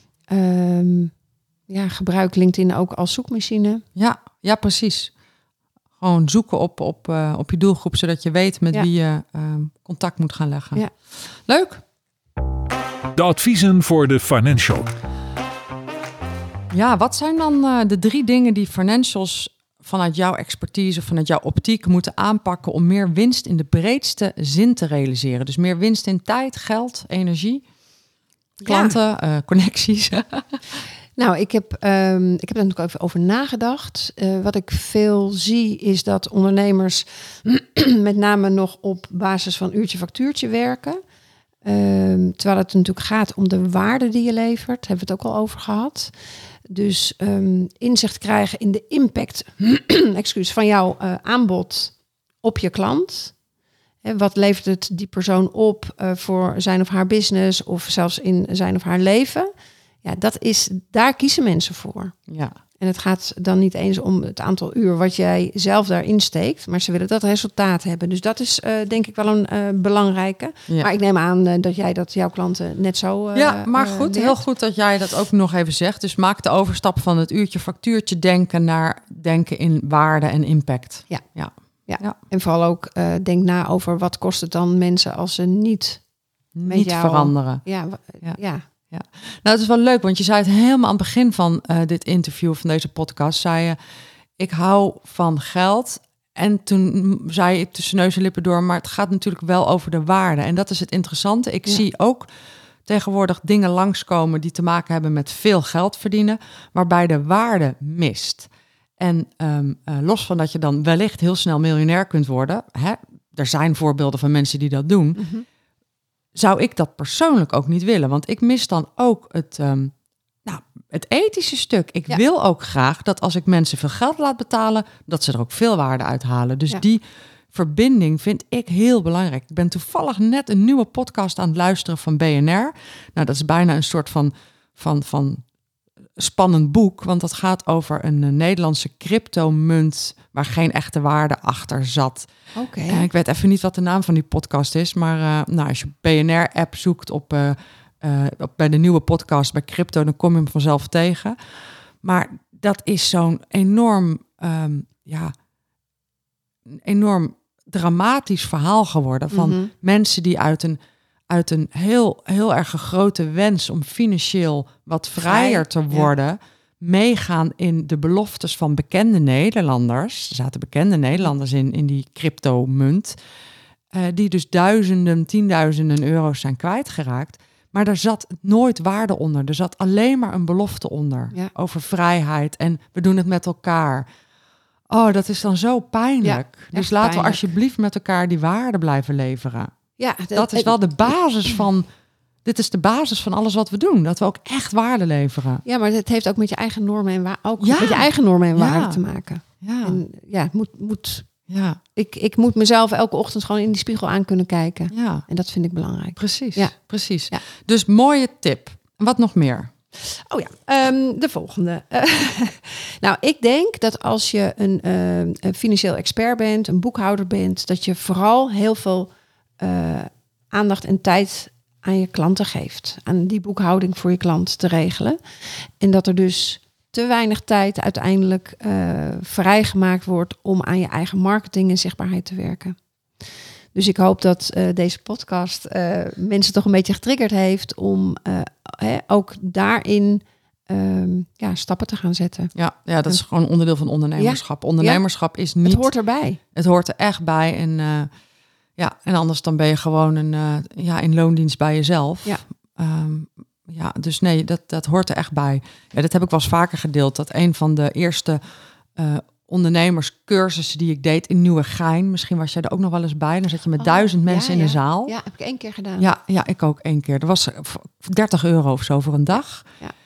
Gebruik LinkedIn ook als zoekmachine. Ja, precies. Gewoon zoeken op je doelgroep, zodat je weet met wie je contact moet gaan leggen. Ja. Leuk. De adviezen voor de financial. Ja, wat zijn dan de 3 dingen die financials vanuit jouw expertise, vanuit jouw optiek moeten aanpakken om meer winst in de breedste zin te realiseren? Dus meer winst in tijd, geld, energie, klanten, connecties. Nou, ik heb er natuurlijk even over nagedacht. Wat ik veel zie is dat ondernemers met name nog op basis van uurtje-factuurtje werken. Terwijl het natuurlijk gaat om de waarde die je levert. Hebben we het ook al over gehad. Dus inzicht krijgen in de impact van jouw aanbod op je klant. Wat levert het die persoon op voor zijn of haar business of zelfs in zijn of haar leven? Ja, daar kiezen mensen voor. Ja. En het gaat dan niet eens om het aantal uur wat jij zelf daarin steekt, maar ze willen dat resultaat hebben. Dus dat is denk ik wel een belangrijke. Ja. Maar ik neem aan dat jouw klanten net zo maar goed, heel goed dat jij dat ook nog even zegt. Dus maak de overstap van het uurtje-factuurtje denken naar denken in waarde en impact. Ja. En vooral ook denk na over wat kost het dan mensen als ze niet veranderen. Ja. Nou, het is wel leuk, want je zei het helemaal aan het begin van dit interview, van deze podcast, zei je, ik hou van geld. En toen zei je tussen neus en lippen door, maar het gaat natuurlijk wel over de waarde. En dat is het interessante. Ik zie ook tegenwoordig dingen langskomen die te maken hebben met veel geld verdienen, waarbij de waarde mist. En los van dat je dan wellicht heel snel miljonair kunt worden, er zijn voorbeelden van mensen die dat doen, zou ik dat persoonlijk ook niet willen. Want ik mis dan ook het ethische stuk. Ik wil ook graag dat als ik mensen veel geld laat betalen, dat ze er ook veel waarde uithalen. Dus die verbinding vind ik heel belangrijk. Ik ben toevallig net een nieuwe podcast aan het luisteren van BNR. Nou, dat is bijna een soort van spannend boek, want dat gaat over een Nederlandse cryptomunt waar geen echte waarde achter zat. Okay. Ik weet even niet wat de naam van die podcast is, maar als je BNR-app zoekt bij de nieuwe podcast bij crypto, dan kom je hem vanzelf tegen. Maar dat is zo'n enorm dramatisch verhaal geworden van mensen die uit een heel, heel erg grote wens om financieel wat vrijer te worden, meegaan in de beloftes van bekende Nederlanders. Er zaten bekende Nederlanders in die cryptomunt, die dus tienduizenden euro's zijn kwijtgeraakt. Maar daar zat nooit waarde onder. Er zat alleen maar een belofte onder over vrijheid en we doen het met elkaar. Oh, dat is dan zo pijnlijk. Dus laten we alsjeblieft met elkaar die waarde blijven leveren. Ja, dat is wel de basis van. Dit is de basis van alles wat we doen. Dat we ook echt waarde leveren. Ja, maar het heeft ook met je eigen normen en waarden te maken. Ja. En het moet. Ja. Ik moet mezelf elke ochtend gewoon in die spiegel aan kunnen kijken. Ja. En dat vind ik belangrijk. Precies. Ja. Precies. Ja. Dus mooie tip. Wat nog meer? Oh ja, de volgende. Nou, ik denk dat als je een financieel expert bent, een boekhouder bent, dat je vooral heel veel aandacht en tijd aan je klanten geeft. Aan die boekhouding voor je klant te regelen. En dat er dus te weinig tijd uiteindelijk vrijgemaakt wordt om aan je eigen marketing en zichtbaarheid te werken. Dus ik hoop dat deze podcast mensen toch een beetje getriggerd heeft om ook daarin stappen te gaan zetten. Ja, dat is gewoon onderdeel van ondernemerschap. Ja. Ondernemerschap is niet. Het hoort erbij. Het hoort er echt bij. En anders dan ben je gewoon in loondienst bij jezelf. Ja. Dus nee, dat hoort er echt bij. Ja, dat heb ik wel eens vaker gedeeld. Dat een van de eerste ondernemerscursussen die ik deed in Nieuwegein. Misschien was jij er ook nog wel eens bij. Dan zat je met 1000 mensen in de zaal. Ja, heb ik 1 keer gedaan. Ja, ik ook 1 keer. Er was €30 of zo voor een dag.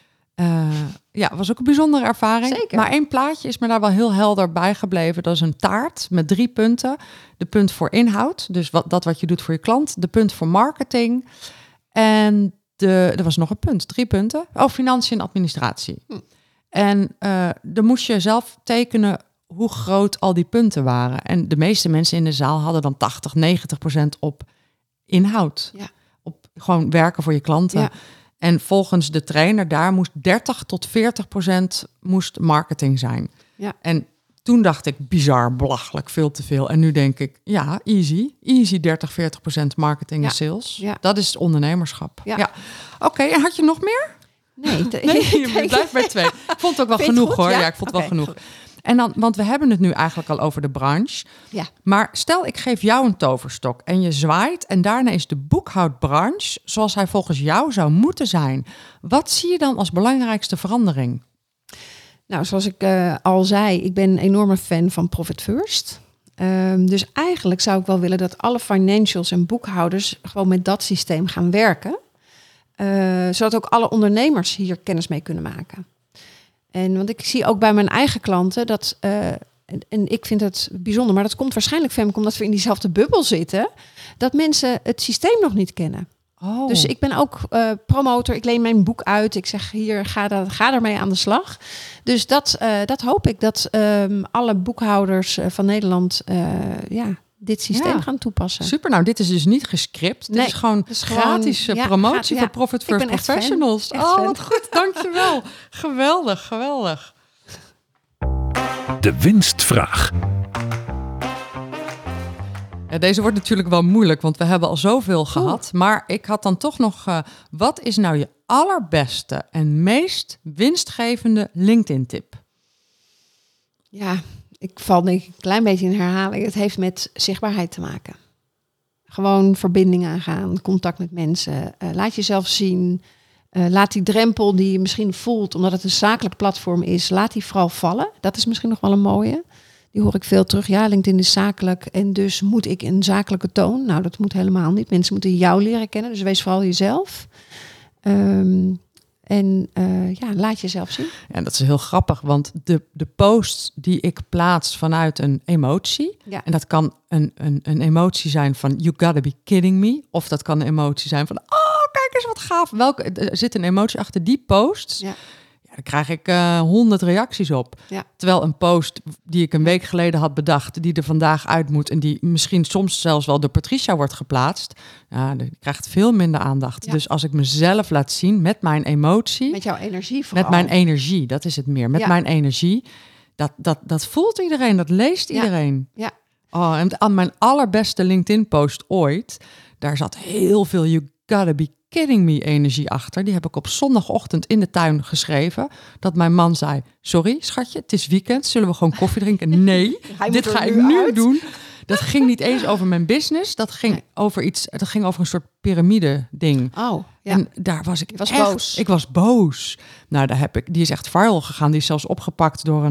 Ja. Was ook een bijzondere ervaring. Zeker. Maar 1 plaatje is me daar wel heel helder bijgebleven. Dat is een taart met 3 punten. De punt voor inhoud, dus wat je doet voor je klant. De punt voor marketing. En er was nog een punt, 3 punten. Financiën en administratie. En dan moest je zelf tekenen hoe groot al die punten waren. En de meeste mensen in de zaal hadden dan 80-90% op inhoud. Ja. Op gewoon werken voor je klanten. Ja. En volgens de trainer daar moest 30-40% moest marketing zijn. Ja. En toen dacht ik, bizar, belachelijk, veel te veel. En nu denk ik, ja, easy 30-40% marketing en sales. Ja. Dat is ondernemerschap. Ja. Oké, en had je nog meer? Nee, je blijft bij 2. Ik vond het ook wel genoeg, hoor. Ja, ik vond het wel genoeg. Goed. En dan, want we hebben het nu eigenlijk al over de branche. Ja. Maar stel, ik geef jou een toverstok en je zwaait en daarna is de boekhoudbranche zoals hij volgens jou zou moeten zijn. Wat zie je dan als belangrijkste verandering? Nou, zoals ik al zei, ik ben een enorme fan van Profit First. Dus eigenlijk zou ik wel willen dat alle financials en boekhouders gewoon met dat systeem gaan werken. Zodat ook alle ondernemers hier kennis mee kunnen maken. Want ik zie ook bij mijn eigen klanten dat, en ik vind het bijzonder, maar dat komt waarschijnlijk, Femke, omdat we in diezelfde bubbel zitten, dat mensen het systeem nog niet kennen. Oh. Dus ik ben ook promotor. Ik leen mijn boek uit. Ik zeg hier, ga ermee aan de slag. Dus dat hoop ik. Dat alle boekhouders van Nederland dit systeem gaan toepassen. Super. Nou, dit is dus niet gescript. Dit is gewoon gratis promotie voor Profit First Professionals. Fan. Wat goed. Dankjewel. Geweldig. De winstvraag. Ja, deze wordt natuurlijk wel moeilijk, want we hebben al zoveel gehad. Maar ik had dan toch nog... wat is nou je allerbeste en meest winstgevende LinkedIn-tip? Ja, ik val denk ik een klein beetje in herhaling. Het heeft met zichtbaarheid te maken. Gewoon verbinding aangaan, contact met mensen. Laat jezelf zien. Laat die drempel die je misschien voelt, omdat het een zakelijk platform is, laat die vooral vallen. Dat is misschien nog wel een mooie. Die hoor ik veel terug. Ja, LinkedIn is zakelijk en dus moet ik een zakelijke toon. Nou, dat moet helemaal niet. Mensen moeten jou leren kennen, dus wees vooral jezelf. Laat jezelf zien. En dat is heel grappig, want de posts die ik plaats vanuit een emotie... Ja. en dat kan een emotie zijn van you gotta be kidding me... of dat kan een emotie zijn van oh, kijk eens wat gaaf. Er zit een emotie achter die posts... Ja. Daar krijg ik 100 reacties op. Ja. Terwijl een post die ik een week geleden had bedacht... die er vandaag uit moet... en die misschien soms zelfs wel door Patricia wordt geplaatst... die krijgt veel minder aandacht. Ja. Dus als ik mezelf laat zien met mijn emotie... Met jouw energie vooral. Met mijn energie, dat is het meer. Met mijn energie, dat voelt iedereen, dat leest iedereen. Ja. Oh, en aan mijn allerbeste LinkedIn-post ooit... daar zat heel veel you gotta be kidding me energie achter. Die heb ik op zondagochtend in de tuin geschreven. Dat mijn man zei, sorry schatje, het is weekend. Zullen we gewoon koffie drinken? Nee, dit ga ik nu doen. Dat ging niet eens over mijn business. Dat ging over iets. Dat ging over een soort piramide ding. Oh, ja. En daar was ik boos. Ik was boos. Nou, die is echt viral gegaan. Die is zelfs opgepakt door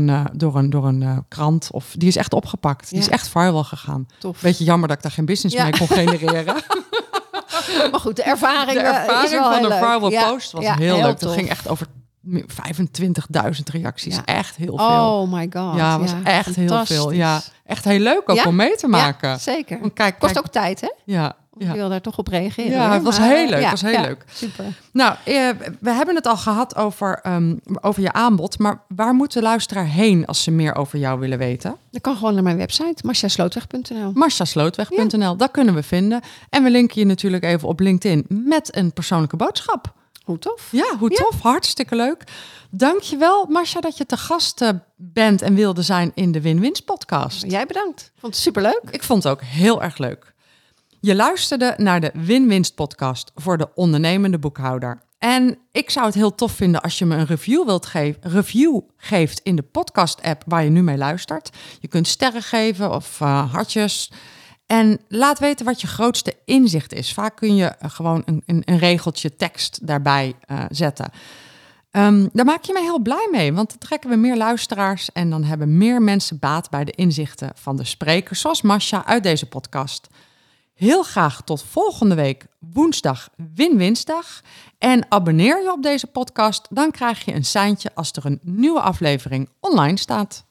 een krant. Of die is echt opgepakt. Die is echt viral gegaan. Tof. Beetje jammer dat ik daar geen business mee kon genereren. Maar goed, de ervaring is wel van een viral post was heel leuk. Tof. Dat ging echt over 25.000 reacties. Ja. Echt heel veel. Oh my god. Ja, was echt heel veel. Ja, echt heel leuk ook om mee te maken. Ja, zeker. Want kijk, kost ook tijd, hè? Ja. Ik wil daar toch op reageren. Ja, het was heel leuk. Het was heel leuk. Super. Nou, we hebben het al gehad over je aanbod. Maar waar moet de luisteraar heen als ze meer over jou willen weten? Dat kan gewoon naar mijn website, marciaslootweg.nl. marciaslootweg.nl, dat kunnen we vinden. En we linken je natuurlijk even op LinkedIn met een persoonlijke boodschap. Hoe tof. Ja, hoe tof. Hartstikke leuk. Dankjewel, Marcia, dat je te gast bent en wilde zijn in de Win-Wins podcast. Jij bedankt. Vond het superleuk. Ik vond het ook heel erg leuk. Je luisterde naar de Win-Winst podcast voor de ondernemende boekhouder. En ik zou het heel tof vinden als je me een review geeft in de podcast-app waar je nu mee luistert. Je kunt sterren geven of hartjes. En laat weten wat je grootste inzicht is. Vaak kun je gewoon een regeltje tekst daarbij zetten. Daar maak je mij heel blij mee, want dan trekken we meer luisteraars en dan hebben meer mensen baat bij de inzichten van de sprekers, zoals Masha uit deze podcast. Heel graag tot volgende week woensdag Win-Winsdag. En abonneer je op deze podcast, dan krijg je een seintje als er een nieuwe aflevering online staat.